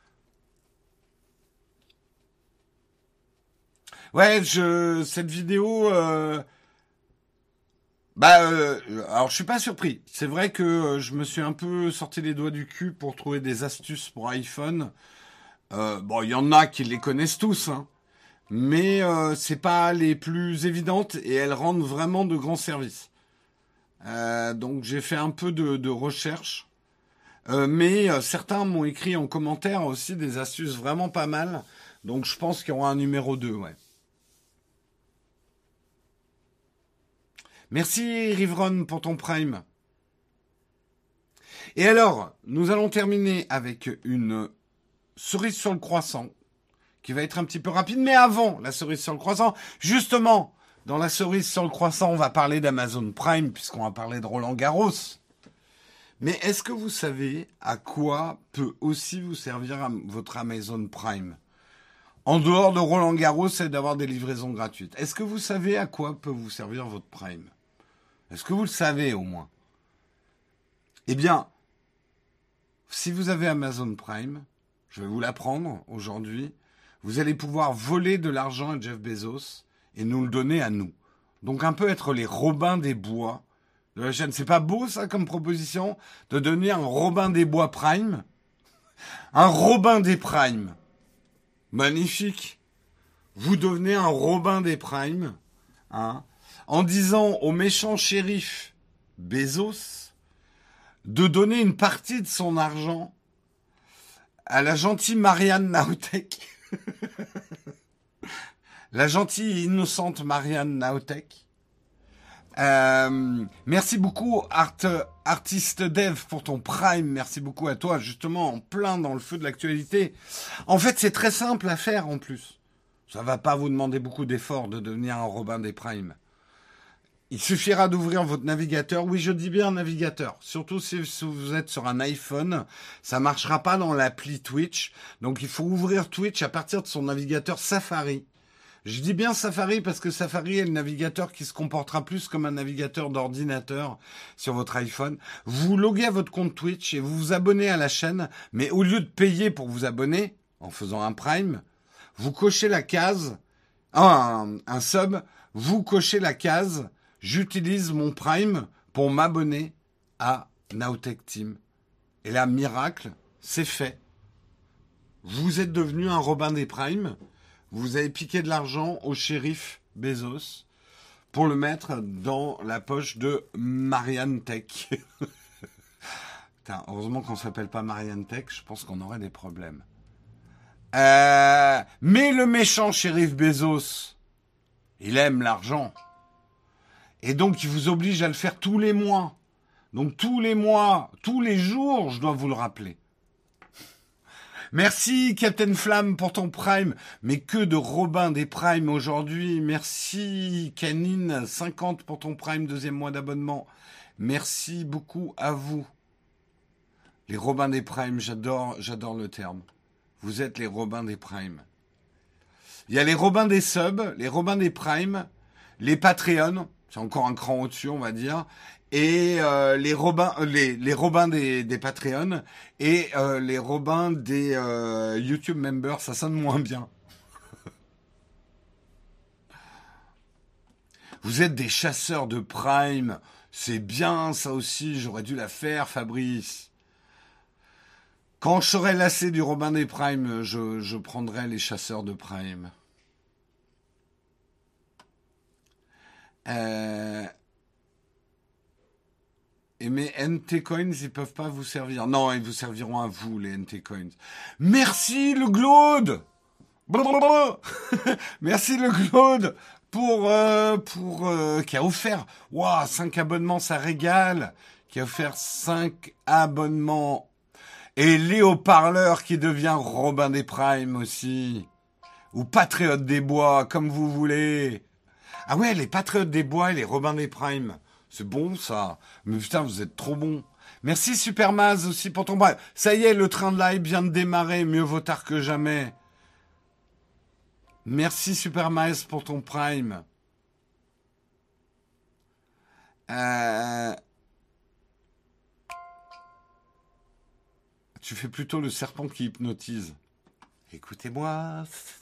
Ouais, je, cette vidéo, euh, bah, euh, alors je suis pas surpris. C'est vrai que euh, je me suis un peu sorti les doigts du cul pour trouver des astuces pour iPhone. Euh, bon, il y en a qui les connaissent tous, hein, mais euh, c'est pas les plus évidentes et elles rendent vraiment de grands services. Euh, donc j'ai fait un peu de, de recherche, Euh, mais euh, certains m'ont écrit en commentaire aussi des astuces vraiment pas mal. Donc je pense qu'il y aura un numéro deux, ouais. Merci Rivron pour ton Prime. Et alors, nous allons terminer avec une cerise sur le croissant, qui va être un petit peu rapide, mais avant la cerise sur le croissant, justement, dans la cerise sur le croissant, on va parler d'Amazon Prime, puisqu'on va parler de Roland Garros. Mais est-ce que vous savez à quoi peut aussi vous servir votre Amazon Prime? En dehors de Roland Garros et d'avoir des livraisons gratuites. Est-ce que vous savez à quoi peut vous servir votre Prime? Est-ce que vous le savez au moins? Eh bien, si vous avez Amazon Prime, je vais vous l'apprendre aujourd'hui, vous allez pouvoir voler de l'argent à Jeff Bezos et nous le donner à nous. Donc un peu être les Robins des Bois de la chaîne. C'est pas beau ça comme proposition de devenir un Robin des Bois Prime? Un Robin des Prime. Magnifique. Vous devenez un Robin des Prime, hein, en disant au méchant shérif Bezos de donner une partie de son argent à la gentille Marianne Naotek. La gentille et innocente Marianne Naotek. Euh, merci beaucoup Art, Artiste Dev pour ton Prime. Merci beaucoup à toi, justement en plein dans le feu de l'actualité. En fait, c'est très simple à faire en plus. Ça va pas vous demander beaucoup d'efforts de devenir un Robin des Primes. Il suffira d'ouvrir votre navigateur. Oui, je dis bien navigateur. Surtout si vous êtes sur un iPhone, ça marchera pas dans l'appli Twitch. Donc, il faut ouvrir Twitch à partir de son navigateur Safari. Je dis bien Safari parce que Safari est le navigateur qui se comportera plus comme un navigateur d'ordinateur sur votre iPhone. Vous loguez à votre compte Twitch et vous vous abonnez à la chaîne, mais au lieu de payer pour vous abonner, en faisant un Prime, vous cochez la case, un, un sub, vous cochez la case, j'utilise mon Prime pour m'abonner à Nowtech Team. Et là, miracle, c'est fait. Vous êtes devenu un Robin des Primes. Vous avez piqué de l'argent au shérif Bezos pour le mettre dans la poche de Marianne Tech. Putain, heureusement qu'on ne s'appelle pas Marianne Tech, je pense qu'on aurait des problèmes. Euh, mais le méchant shérif Bezos, il aime l'argent. Et donc, il vous oblige à le faire tous les mois. Donc tous les mois, tous les jours, je dois vous le rappeler. Merci Captain Flamme pour ton Prime. Mais que de Robin des Primes aujourd'hui. Merci Canine cinquante pour ton Prime, deuxième mois d'abonnement. Merci beaucoup à vous. Les Robins des Primes, j'adore, j'adore le terme. Vous êtes les Robins des Primes. Il y a les Robins des Subs, les Robins des Primes, les Patreons, c'est encore un cran au-dessus, on va dire, et euh, les Robins, euh, les, les Robins des, des Patreons et euh, les Robins des euh, YouTube Members, ça sonne moins bien. Vous êtes des chasseurs de Prime, c'est bien ça aussi, j'aurais dû la faire, Fabrice. Quand je serai lassé du Robin des Primes, je, je prendrai les chasseurs de Prime. Euh... Et mes N T Coins, ils peuvent pas vous servir. Non, ils vous serviront à vous, les N T Coins. Merci, le Glaude. Merci, le Glaude, pour, euh, pour, euh, qui a offert, waouh, cinq abonnements, ça régale. Qui a offert cinq abonnements. Et Léo Parleur, qui devient Robin des Primes aussi. Ou Patriote des Bois, comme vous voulez. Ah ouais, les Patriotes des Bois et les Robins des Primes. C'est bon, ça. Mais putain, vous êtes trop bons. Merci Supermaz aussi pour ton Prime. Ça y est, le train de live vient de démarrer. Mieux vaut tard que jamais. Merci Supermaz pour ton Prime. Euh... Tu fais plutôt le serpent qui hypnotise. Écoutez-moi.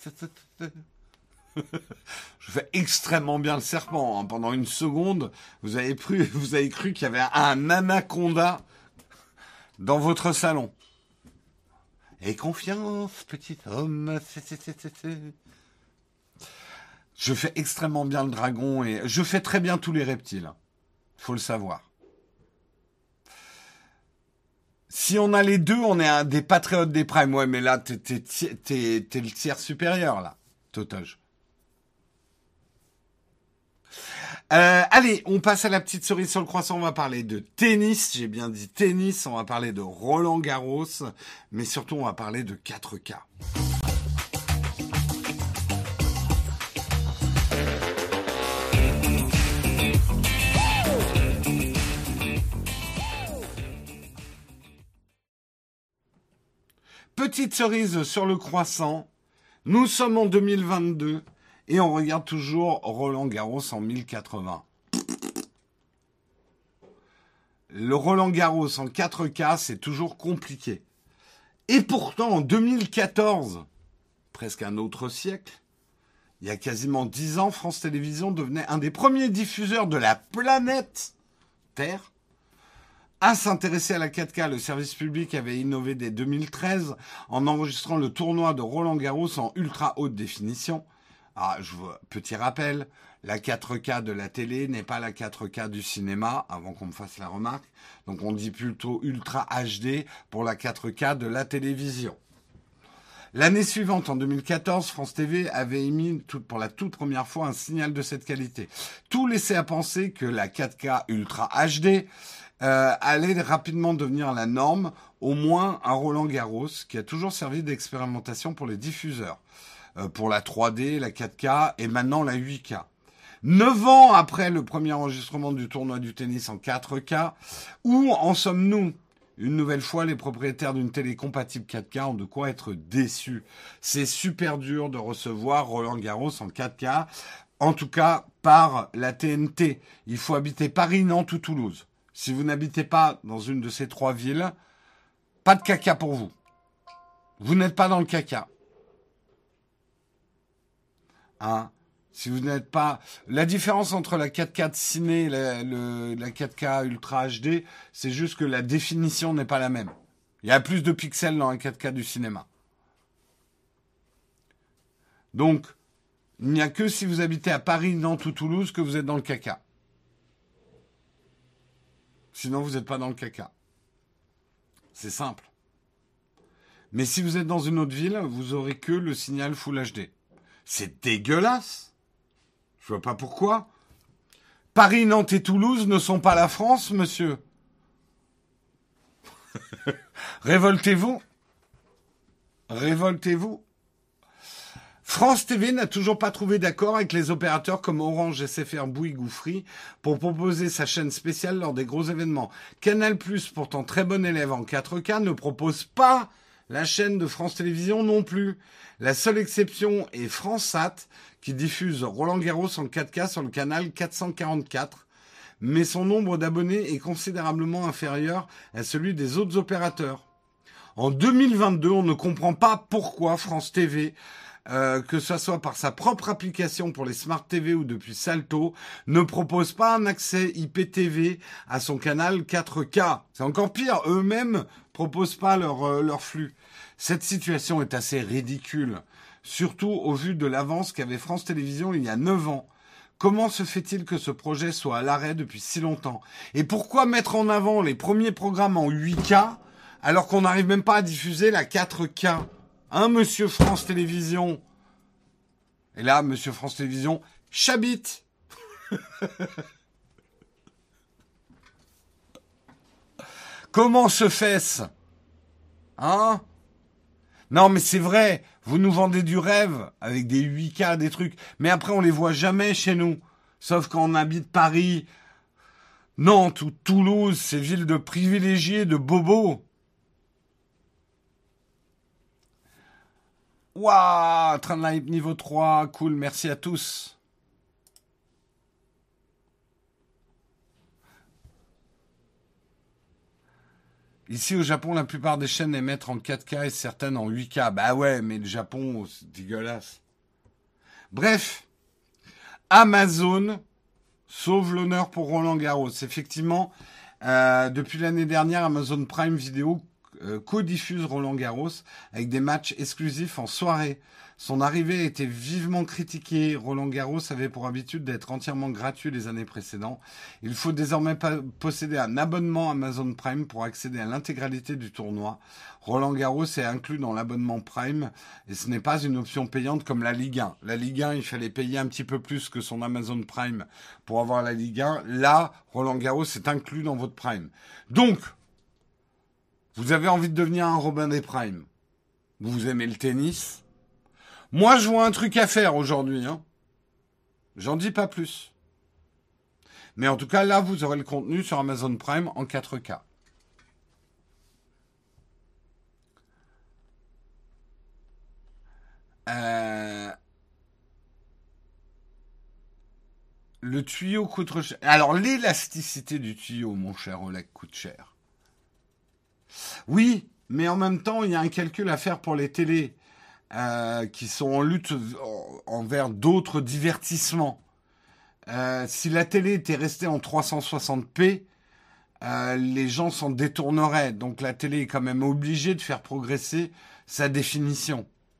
Je fais extrêmement bien le serpent. Hein. Pendant une seconde, vous avez cru, vous avez cru qu'il y avait un anaconda dans votre salon. Et confiance, petit homme. Je fais extrêmement bien le dragon et je fais très bien tous les reptiles. Faut le savoir. Si on a les deux, on est un des patriotes des primes. Ouais, mais là, t'es, t'es, t'es, t'es le tiers supérieur, là. Totage. Euh, allez, on passe à la petite cerise sur le croissant. On va parler de tennis. J'ai bien dit tennis. On va parler de Roland Garros. Mais surtout, on va parler de quatre K. Petite cerise sur le croissant. Nous sommes en deux mille vingt-deux. Et on regarde toujours Roland Garros en mille quatre-vingts. Le Roland Garros en quatre K, c'est toujours compliqué. Et pourtant, en deux mille quatorze, presque un autre siècle, il y a quasiment dix ans, France Télévisions devenait un des premiers diffuseurs de la planète Terre à s'intéresser à la quatre K. Le service public avait innové dès deux mille treize en enregistrant le tournoi de Roland Garros en ultra haute définition. Ah, je vois, petit rappel, la quatre K de la télé n'est pas la quatre K du cinéma, avant qu'on me fasse la remarque. Donc on dit plutôt Ultra H D pour la quatre K de la télévision. L'année suivante, en deux mille quatorze, France T V avait émis tout, pour la toute première fois un signal de cette qualité. Tout laissait à penser que la quatre K Ultra H D euh, allait rapidement devenir la norme, au moins à Roland Garros, qui a toujours servi d'expérimentation pour les diffuseurs. Pour la trois D, la quatre K et maintenant la huit K. Neuf ans après le premier enregistrement du tournoi du tennis en quatre K, où en sommes-nous ? Une nouvelle fois, les propriétaires d'une télé compatible quatre K ont de quoi être déçus. C'est super dur de recevoir Roland Garros en quatre K, en tout cas par la T N T. Il faut habiter Paris, Nantes ou Toulouse. Si vous n'habitez pas dans une de ces trois villes, pas de caca pour vous. Vous n'êtes pas dans le caca. Hein, si vous n'êtes pas... La différence entre la quatre K de ciné et la, le, la quatre K Ultra H D, c'est juste que la définition n'est pas la même. Il y a plus de pixels dans la quatre K du cinéma. Donc, il n'y a que si vous habitez à Paris, Nantes ou Toulouse que vous êtes dans le caca. Sinon, vous n'êtes pas dans le caca. C'est simple. Mais si vous êtes dans une autre ville, vous aurez que le signal Full H D. C'est dégueulasse. Je vois pas pourquoi. Paris, Nantes et Toulouse ne sont pas la France, monsieur. Révoltez-vous. Révoltez-vous. France T V n'a toujours pas trouvé d'accord avec les opérateurs comme Orange, S F R, Bouygues ou Free pour proposer sa chaîne spéciale lors des gros événements. Canal+, pourtant très bon élève en quatre K, ne propose pas la chaîne de France Télévisions non plus. La seule exception est FranceSat, qui diffuse Roland-Garros en quatre K sur le canal quatre cent quarante-quatre, mais son nombre d'abonnés est considérablement inférieur à celui des autres opérateurs. En deux mille vingt-deux, on ne comprend pas pourquoi France T V, euh, que ce soit par sa propre application pour les Smart T V ou depuis Salto, ne propose pas un accès I P T V à son canal quatre K. C'est encore pire, eux-mêmes proposent pas leur, euh, leur flux. Cette situation est assez ridicule, surtout au vu de l'avance qu'avait France Télévisions il y a neuf ans. Comment se fait-il que ce projet soit à l'arrêt depuis si longtemps? Et pourquoi mettre en avant les premiers programmes en huit K alors qu'on n'arrive même pas à diffuser la quatre K? Hein, monsieur France Télévisions? Et là, monsieur France Télévisions, chabite. Comment se fait-ce? Hein? Non, mais c'est vrai, vous nous vendez du rêve avec des huit K, des trucs, mais après on les voit jamais chez nous. Sauf quand on habite Paris, Nantes ou Toulouse, ces villes de privilégiés, de bobos. Waouh, train de hype niveau trois, cool, merci à tous. Ici au Japon, la plupart des chaînes émettent en quatre K et certaines en huit K. Bah ouais, mais le Japon, c'est dégueulasse. Bref, Amazon sauve l'honneur pour Roland Garros. Effectivement, euh, depuis l'année dernière, Amazon Prime Video euh, co-diffuse Roland Garros avec des matchs exclusifs en soirée. Son arrivée a été vivement critiquée. Roland Garros avait pour habitude d'être entièrement gratuit les années précédentes. Il faut désormais pas posséder un abonnement Amazon Prime pour accéder à l'intégralité du tournoi. Roland Garros est inclus dans l'abonnement Prime et ce n'est pas une option payante comme la Ligue un. La Ligue un, il fallait payer un petit peu plus que son Amazon Prime pour avoir la Ligue un. Là, Roland Garros est inclus dans votre Prime. Donc, vous avez envie de devenir un Robin des Primes. Vous aimez le tennis. Moi, je vois un truc à faire aujourd'hui. Hein. J'en dis pas plus. Mais en tout cas, là, vous aurez le contenu sur Amazon Prime en quatre K. Euh... Le tuyau coûte trop cher. Alors, l'élasticité du tuyau, mon cher Oleg, coûte cher. Oui, mais en même temps, il y a un calcul à faire pour les télés. Euh, qui sont en lutte envers d'autres divertissements. Euh, si la télé était restée en trois cent soixante p, euh, les gens s'en détourneraient. Donc la télé est quand même obligée de faire progresser sa définition.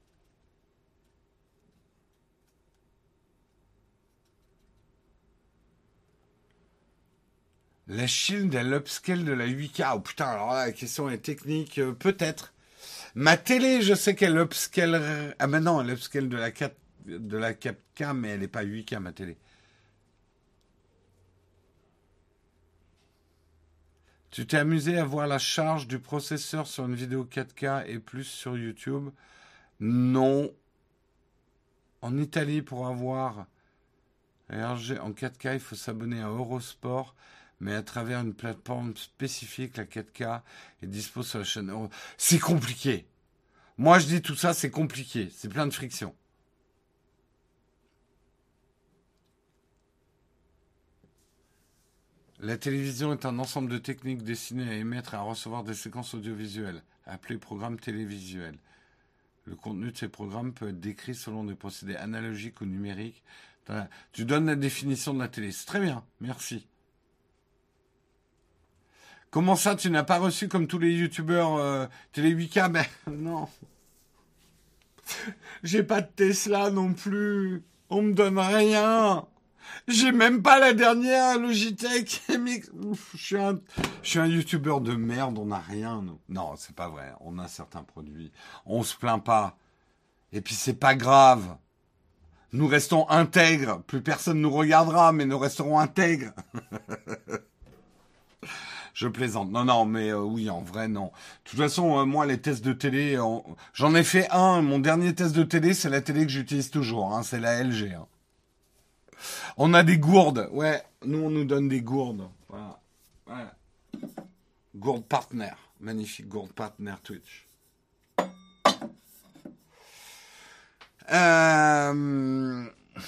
La Shield à l'upscale de la huit K. Oh putain, alors là, la question est technique, euh, peut-être. Ma télé, je sais qu'elle upscale... Ah ben non, elle upscale de la quatre... de la quatre K, mais elle n'est pas huit K, ma télé. Tu t'es amusé à voir la charge du processeur sur une vidéo quatre K et plus sur YouTube? Non. En Italie, pour avoir R G en quatre K, il faut s'abonner à Eurosport, mais à travers une plateforme spécifique, la quatre K est dispo sur la chaîne Euro. C'est compliqué. Moi, je dis tout ça, c'est compliqué. C'est plein de friction. La télévision est un ensemble de techniques destinées à émettre et à recevoir des séquences audiovisuelles, appelées programmes télévisuels. Le contenu de ces programmes peut être décrit selon des procédés analogiques ou numériques. Tu donnes la définition de la télé. C'est très bien, merci. Comment ça, tu n'as pas reçu comme tous les youtubeurs euh, télé huit K? Ben non. J'ai pas de Tesla non plus. On me donne rien. J'ai même pas la dernière Logitech. Je suis un, je suis un youtubeur de merde, on n'a rien, nous. Non, c'est pas vrai. On a certains produits. On se plaint pas. Et puis c'est pas grave. Nous restons intègres. Plus personne nous regardera, mais nous resterons intègres. je plaisante. Non, non, mais euh, oui, en vrai, non. De toute façon, euh, moi, les tests de télé, en- j'en ai fait un. Mon dernier test de télé, c'est la télé que j'utilise toujours. Hein, c'est la L G. Hein. On a des gourdes. Ouais, nous, on nous donne des gourdes. Voilà. Voilà. Gourde Partner. Magnifique Gourde Partner Twitch. Euh...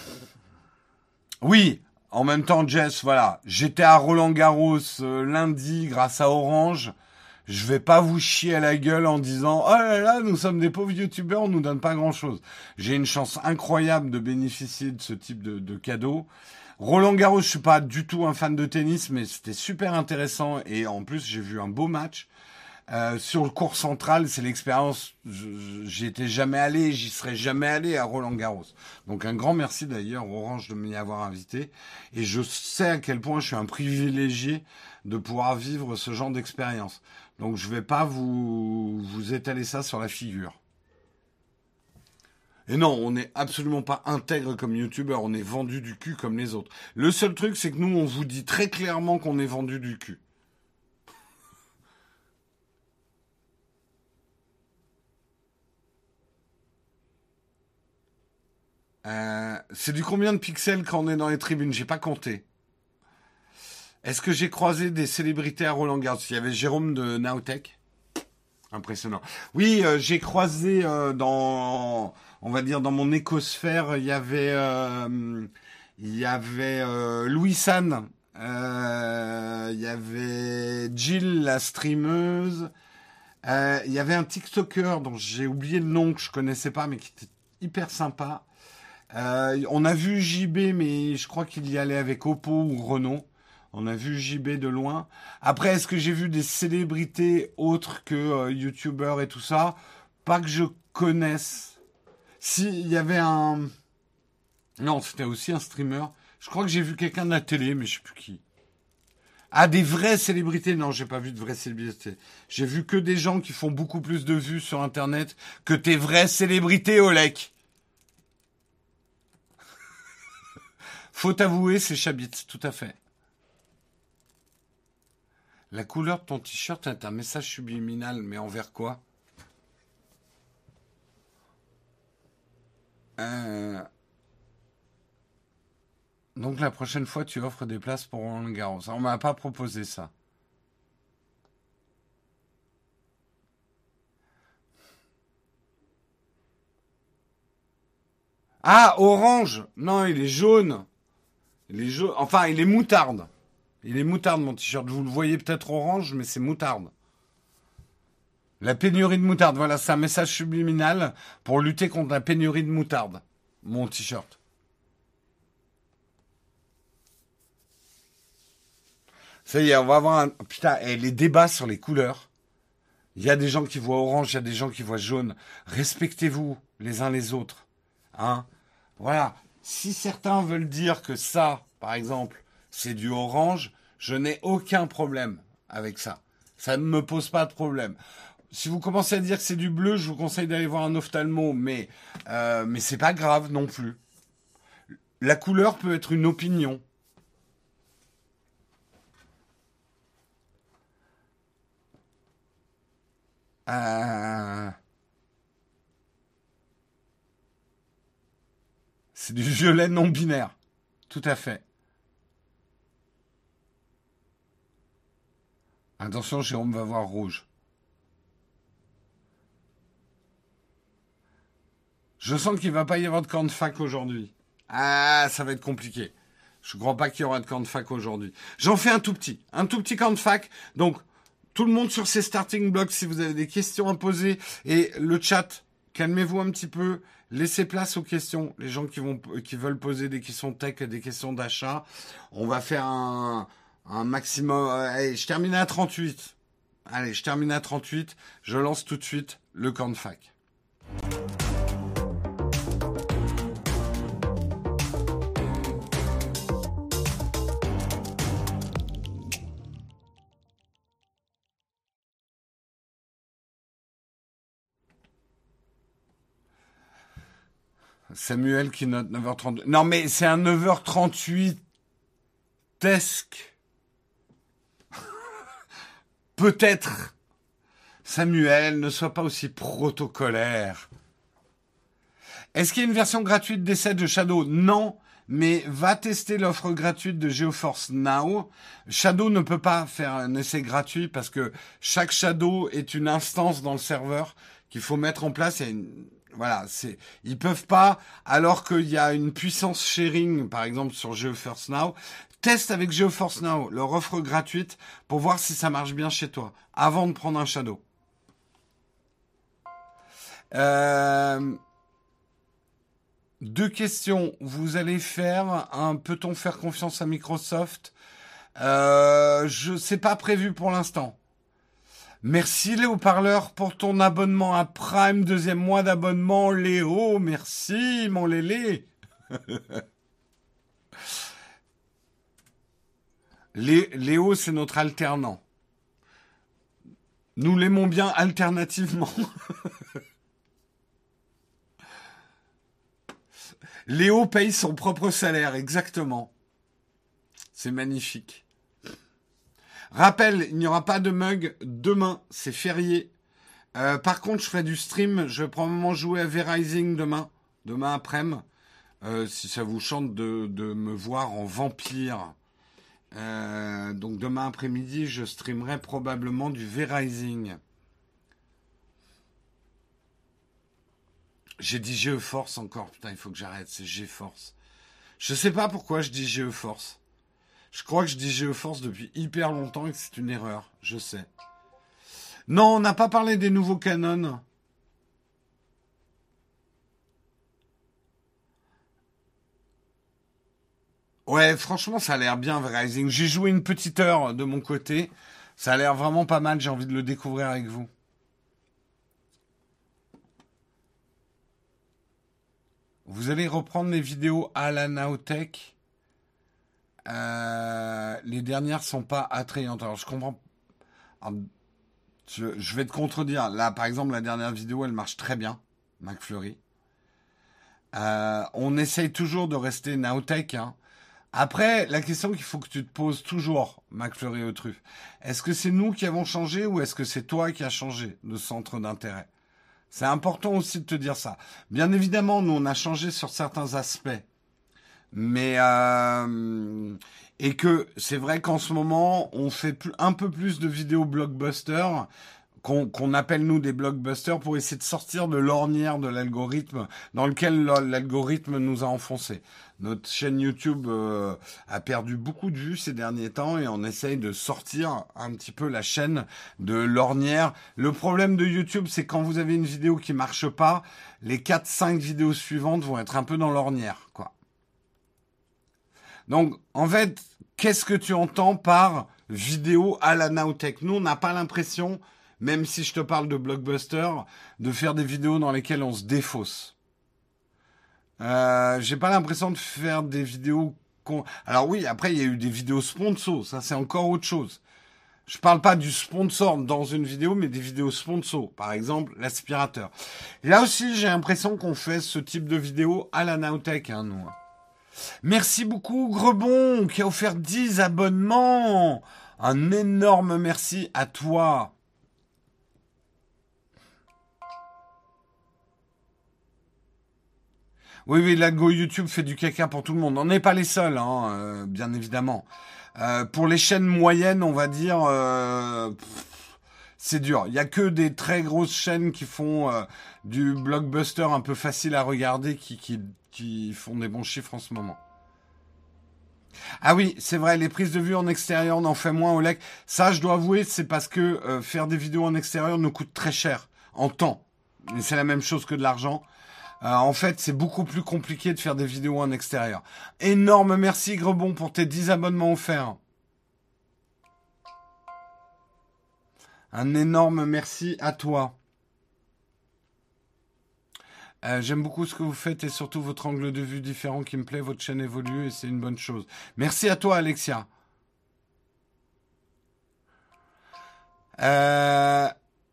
Oui, en même temps, Jess, voilà. J'étais à Roland-Garros euh, lundi grâce à Orange. Je vais pas vous chier à la gueule en disant « Oh là là, nous sommes des pauvres youtubeurs, on nous donne pas grand-chose. » J'ai une chance incroyable de bénéficier de ce type de, de cadeau. Roland-Garros, je suis pas du tout un fan de tennis, mais c'était super intéressant. Et en plus, j'ai vu un beau match. Euh, sur le court central, c'est l'expérience. je- J'y étais jamais allé, j'y serais jamais allé à Roland-Garros. Donc un grand merci d'ailleurs Orange de m'y avoir invité. Et je sais à quel point je suis un privilégié de pouvoir vivre ce genre d'expérience. Donc je vais pas vous vous étaler ça sur la figure. Et non, on n'est absolument pas intègre comme youtubeur, on est vendu du cul comme les autres. Le seul truc, c'est que nous, on vous dit très clairement qu'on est vendu du cul. Euh, c'est du combien de pixels quand on est dans les tribunes? J'ai pas compté. Est-ce que j'ai croisé des célébrités à Roland Garros? Il y avait Jérôme de Nowtech. Impressionnant. Oui, euh, j'ai croisé euh, dans, on va dire dans mon écosphère, il y avait, euh, il y avait euh, Louis San, euh, il y avait Jill la streameuse, euh, il y avait un TikToker dont j'ai oublié le nom que je connaissais pas mais qui était hyper sympa. Euh, on a vu J B, mais je crois qu'il y allait avec Oppo ou Renault. On a vu J B de loin. Après, est-ce que j'ai vu des célébrités autres que euh, YouTubeurs et tout ça? Pas que je connaisse. Si, il y avait un... Non, c'était aussi un streamer. Je crois que j'ai vu quelqu'un de la télé, mais je sais plus qui. Ah, des vraies célébrités? Non, j'ai pas vu de vraies célébrités. J'ai vu que des gens qui font beaucoup plus de vues sur Internet que tes vraies célébrités, Olek. Faut avouer, c'est Chabit, tout à fait. La couleur de ton t-shirt est un message subliminal, mais envers quoi? Euh, Donc la prochaine fois, tu offres des places pour Roland Garros. On m'a pas proposé ça. Ah, orange! Non, il est jaune. Il est jaune. Enfin, il est moutarde. Il est moutarde, mon t-shirt. Vous le voyez peut-être orange, mais c'est moutarde. La pénurie de moutarde. Voilà, c'est un message subliminal pour lutter contre la pénurie de moutarde. Mon t-shirt. Ça y est, on va avoir un... Putain, et les débats sur les couleurs. Il y a des gens qui voient orange, il y a des gens qui voient jaune. Respectez-vous les uns les autres. Hein? Voilà. Si certains veulent dire que ça, par exemple, c'est du orange, je n'ai aucun problème avec ça. Ça ne me pose pas de problème. Si vous commencez à dire que c'est du bleu, je vous conseille d'aller voir un ophtalmo, mais euh, mais c'est pas grave non plus. La couleur peut être une opinion. Euh, c'est du violet non binaire. Tout à fait. Attention, Jérôme va voir rouge. Je sens qu'il va pas y avoir de camp de fac aujourd'hui. Ah, ça va être compliqué. Je ne crois pas qu'il y aura de camp de fac aujourd'hui. J'en fais un tout petit. Un tout petit camp de fac. Donc, tout le monde sur ces starting blocks, si vous avez des questions à poser. Et le chat, calmez-vous un petit peu. Laissez place aux questions. Les gens qui, vont, qui veulent poser des questions tech, des questions d'achat. On va faire un, un maximum. Allez, je termine à trente-huit. Allez, je termine à trente-huit. Je lance tout de suite le camp de fac. Samuel qui note neuf heures trente. Non, mais c'est un neuf heures trente-huit-esque. peut-être, Samuel, ne sois pas aussi protocolaire. Est-ce qu'il y a une version gratuite d'essai de Shadow? Non, mais va tester l'offre gratuite de GeoForce Now. Shadow ne peut pas faire un essai gratuit parce que chaque Shadow est une instance dans le serveur qu'il faut mettre en place. Il y a une... Voilà, c'est, ils peuvent pas, alors qu'il y a une puissance sharing, par exemple, sur GeoForce Now. Teste avec GeoForce Now leur offre gratuite pour voir si ça marche bien chez toi, avant de prendre un Shadow. Euh, deux questions. Vous allez faire un peut-on faire confiance à Microsoft? euh, Je sais pas prévu pour l'instant. Merci Léo Parleur pour ton abonnement à Prime, deuxième mois d'abonnement. Léo, merci mon Lélé. Lé- Léo, c'est notre alternant. Nous l'aimons bien alternativement. Léo paye son propre salaire, exactement. C'est magnifique. Rappel, il n'y aura pas de mug demain, c'est férié. Euh, par contre, je ferai du stream, je vais probablement jouer à V-Rising demain, demain après-midi, euh, si ça vous chante de, de me voir en vampire. Euh, donc demain après-midi, je streamerai probablement du V-Rising. J'ai dit GeForce encore, putain, il faut que j'arrête, c'est GeForce. Je sais pas pourquoi je dis GeForce. Je crois que je dis GeForce depuis hyper longtemps et que c'est une erreur, je sais. Non, on n'a pas parlé des nouveaux canons. Ouais, franchement, ça a l'air bien, V-Rising. J'ai joué une petite heure de mon côté. Ça a l'air vraiment pas mal, j'ai envie de le découvrir avec vous. Vous allez reprendre les vidéos à la Nowtech. Euh, les dernières sont pas attrayantes. Alors, je comprends. Alors, je, je vais te contredire. Là, par exemple, la dernière vidéo, elle marche très bien, McFlurry. Euh, on essaye toujours de rester Nowtech. Hein. Après, la question qu'il faut que tu te poses toujours, McFlurry aux truffes, est-ce que c'est nous qui avons changé ou est-ce que c'est toi qui as changé de centre d'intérêt? C'est important aussi de te dire ça. Bien évidemment, nous, on a changé sur certains aspects. Mais euh, et que c'est vrai qu'en ce moment, on fait plus, un peu plus de vidéos blockbusters qu'on qu'on appelle nous des blockbusters pour essayer de sortir de l'ornière de l'algorithme dans lequel l'algorithme nous a enfoncés. Notre chaîne YouTube euh, a perdu beaucoup de vues ces derniers temps et on essaye de sortir un petit peu la chaîne de l'ornière. Le problème de YouTube, c'est quand vous avez une vidéo qui marche pas, les quatre cinq vidéos suivantes vont être un peu dans l'ornière, quoi. Donc, en fait, qu'est-ce que tu entends par vidéo à la Nowtech? Nous, on n'a pas l'impression, même si je te parle de blockbuster, de faire des vidéos dans lesquelles on se défausse. Euh, j'ai pas l'impression de faire des vidéos... Con... Alors oui, après, il y a eu des vidéos sponsors, ça c'est encore autre chose. Je parle pas du sponsor dans une vidéo, mais des vidéos sponsors. Par exemple, l'aspirateur. Et là aussi, j'ai l'impression qu'on fait ce type de vidéo à la Nowtech, hein, nous. Merci beaucoup, Grebon, qui a offert dix abonnements. Un énorme merci à toi. Oui, oui, l'algo YouTube fait du caca pour tout le monde. On n'est pas les seuls, hein, euh, bien évidemment. Euh, pour les chaînes moyennes, on va dire, euh, pff, c'est dur. Il y a que des très grosses chaînes qui font euh, du blockbuster un peu facile à regarder, qui, qui, qui font des bons chiffres en ce moment. Ah oui, c'est vrai, les prises de vue en extérieur n'en fait moins, Oleg. Ça, je dois avouer, c'est parce que euh, faire des vidéos en extérieur nous coûte très cher, en temps. Et c'est la même chose que de l'argent. Euh, en fait, c'est beaucoup plus compliqué de faire des vidéos en extérieur. Énorme merci, Grebon, pour tes dix abonnements offerts. Un énorme merci à toi. Euh, j'aime beaucoup ce que vous faites et surtout votre angle de vue différent qui me plaît. Votre chaîne évolue et c'est une bonne chose. Merci à toi, Alexia. Euh...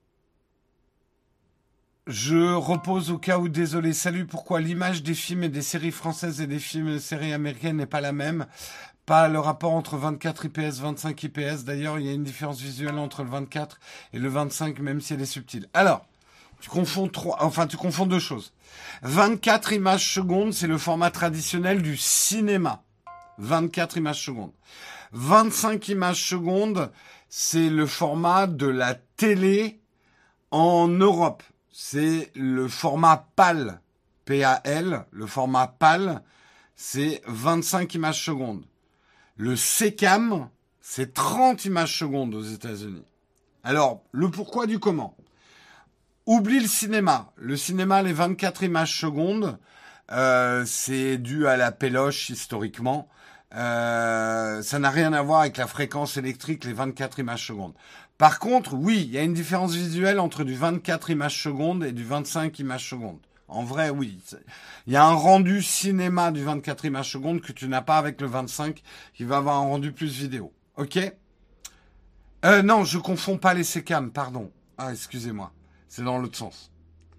Je repose au cas où, désolé. Salut, pourquoi l'image des films et des séries françaises et des films et des séries américaines n'est pas la même? Pas le rapport entre vingt-quatre I P S, vingt-cinq I P S. D'ailleurs, il y a une différence visuelle entre le vingt-quatre et le vingt-cinq, même si elle est subtile. Alors, tu confonds trois, enfin, tu confonds deux choses. vingt-quatre images secondes, c'est le format traditionnel du cinéma. vingt-quatre images secondes. vingt-cinq images secondes, c'est le format de la télé en Europe. C'est le format PAL, P A L, le format PAL, c'est vingt-cinq images secondes. Le SECAM, c'est trente images secondes aux États-Unis. Alors, le pourquoi du comment. Oublie le cinéma. Le cinéma, les vingt-quatre images secondes, euh, c'est dû à la péloche historiquement. Euh, ça n'a rien à voir avec la fréquence électrique, les vingt-quatre images secondes. Par contre, oui, il y a une différence visuelle entre du vingt-quatre images secondes et du vingt-cinq images secondes. En vrai, oui. Il y a un rendu cinéma du vingt-quatre images secondes que tu n'as pas avec le vingt-cinq, qui va avoir un rendu plus vidéo. Ok ? euh, Non, je confonds pas les SECAM, pardon. Ah, excusez-moi. C'est dans l'autre sens.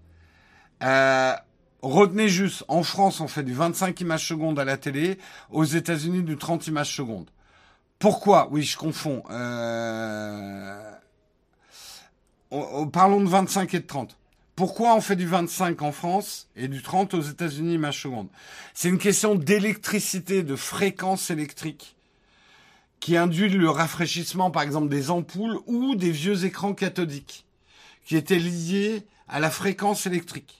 Euh, retenez juste, en France, on fait du vingt-cinq images secondes à la télé, aux États-Unis, du trente images secondes. Pourquoi ? Oui, je confonds. Euh... Parlons de vingt-cinq et de trente. Pourquoi on fait du vingt-cinq en France et du trente aux États-Unis images secondes ? C'est une question d'électricité, de fréquence électrique, qui induit le rafraîchissement, par exemple, des ampoules ou des vieux écrans cathodiques, qui étaient liés à la fréquence électrique.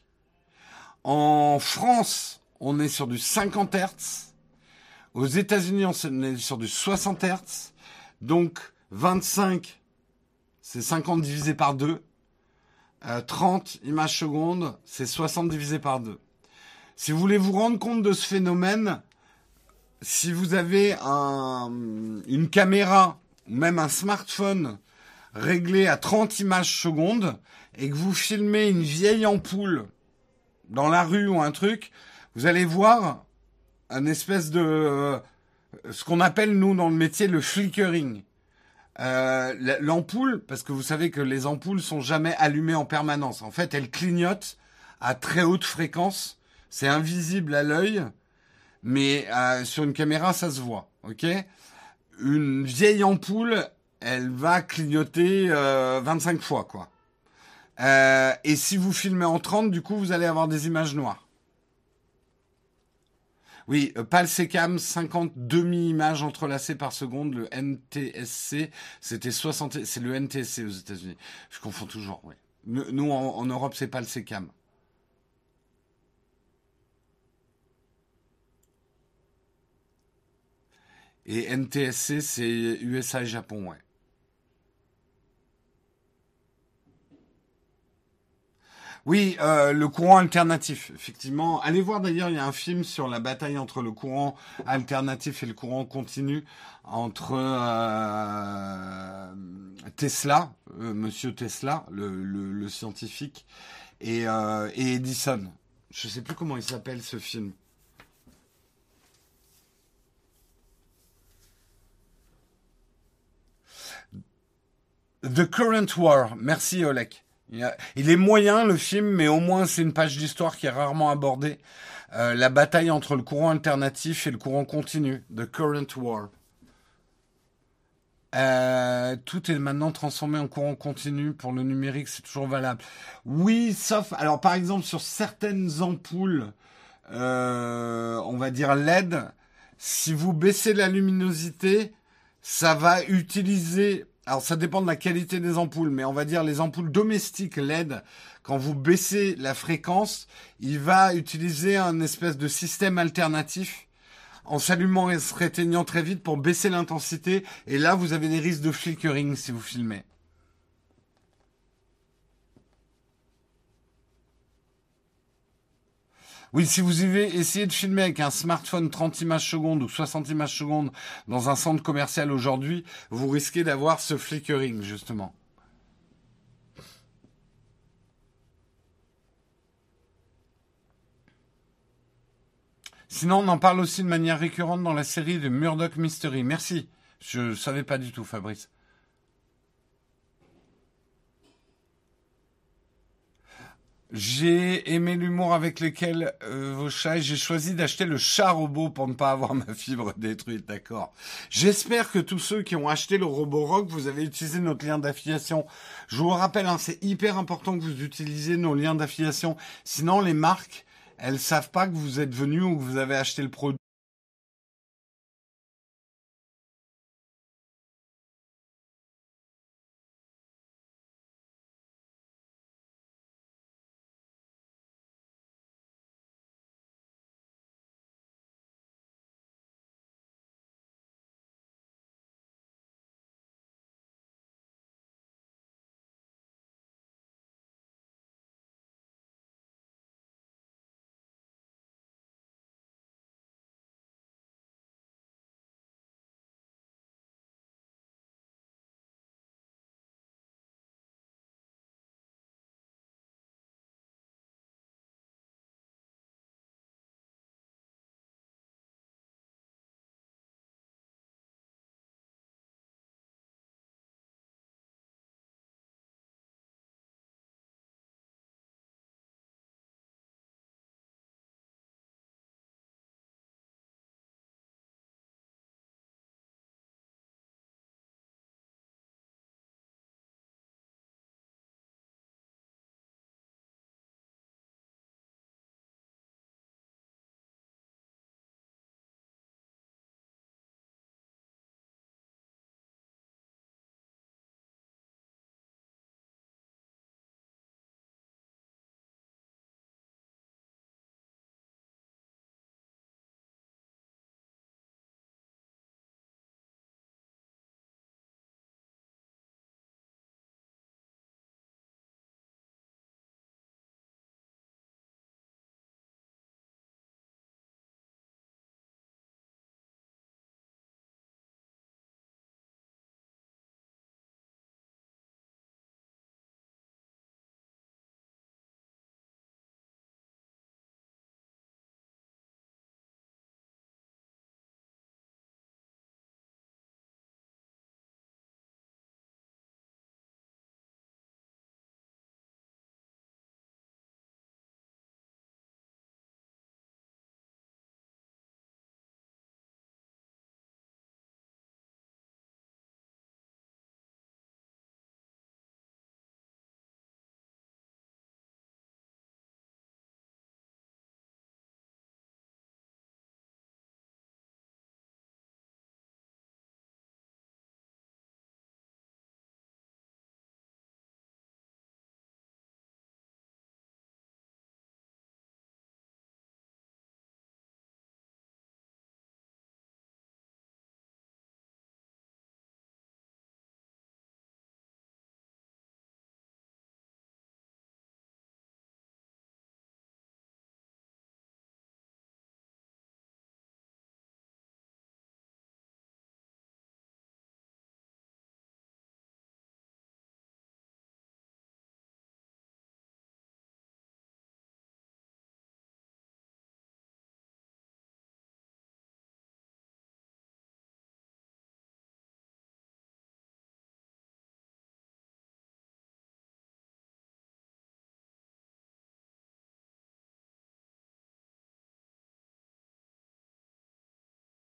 En France, on est sur du cinquante hertz. Aux États-Unis, on est sur du soixante hertz. Donc, vingt-cinq, c'est cinquante divisé par deux. Euh, trente images secondes, c'est soixante divisé par deux. Si vous voulez vous rendre compte de ce phénomène, si vous avez un, une caméra, ou même un smartphone réglé à trente images secondes, et que vous filmez une vieille ampoule dans la rue ou un truc, vous allez voir un espèce de... Euh, ce qu'on appelle, nous, dans le métier, le flickering. Euh, l'ampoule, parce que vous savez que les ampoules sont jamais allumées en permanence. En fait, elles clignotent à très haute fréquence. C'est invisible à l'œil, mais euh, sur une caméra, ça se voit. Ok ? Une vieille ampoule, elle va clignoter euh, vingt-cinq fois, quoi. Euh, et si vous filmez en trente, du coup, vous allez avoir des images noires. Oui, euh, pas le SECAM, cinquante demi-images entrelacées par seconde. Le N T S C, c'était soixante... C'est le N T S C aux États-Unis. Je confonds toujours, oui. Nous, en, en Europe, c'est pas le SECAM. Et N T S C, c'est U S A et Japon, ouais. Oui, euh, le courant alternatif, effectivement. Allez voir d'ailleurs, il y a un film sur la bataille entre le courant alternatif et le courant continu entre euh, Tesla, euh, Monsieur Tesla, le, le, le scientifique, et, euh, et Edison. Je sais plus comment il s'appelle ce film. The Current War. Merci Olek. Il est moyen le film, mais au moins c'est une page d'histoire qui est rarement abordée. Euh, la bataille entre le courant alternatif et le courant continu, The Current War. Euh, tout est maintenant transformé en courant continu. Pour le numérique, c'est toujours valable. Oui, sauf... Alors par exemple, sur certaines ampoules, euh, on va dire L E D, si vous baissez la luminosité, ça va utiliser... Alors, ça dépend de la qualité des ampoules, mais on va dire les ampoules domestiques L E D, quand vous baissez la fréquence, il va utiliser un espèce de système alternatif en s'allumant et se réteignant très vite pour baisser l'intensité. Et là, vous avez des risques de flickering si vous filmez. Oui, si vous essayez de filmer avec un smartphone trente images secondes ou soixante images secondes dans un centre commercial aujourd'hui, vous risquez d'avoir ce flickering, justement. Sinon, on en parle aussi de manière récurrente dans la série de Murdoch Mystery. Merci. Je ne savais pas du tout, Fabrice. J'ai aimé l'humour avec lequel euh, vos chats. J'ai choisi d'acheter le chat robot pour ne pas avoir ma fibre détruite, d'accord. J'espère que tous ceux qui ont acheté le Roborock, vous avez utilisé notre lien d'affiliation. Je vous rappelle, hein, c'est hyper important que vous utilisiez nos liens d'affiliation. Sinon, les marques, elles savent pas que vous êtes venu ou que vous avez acheté le produit.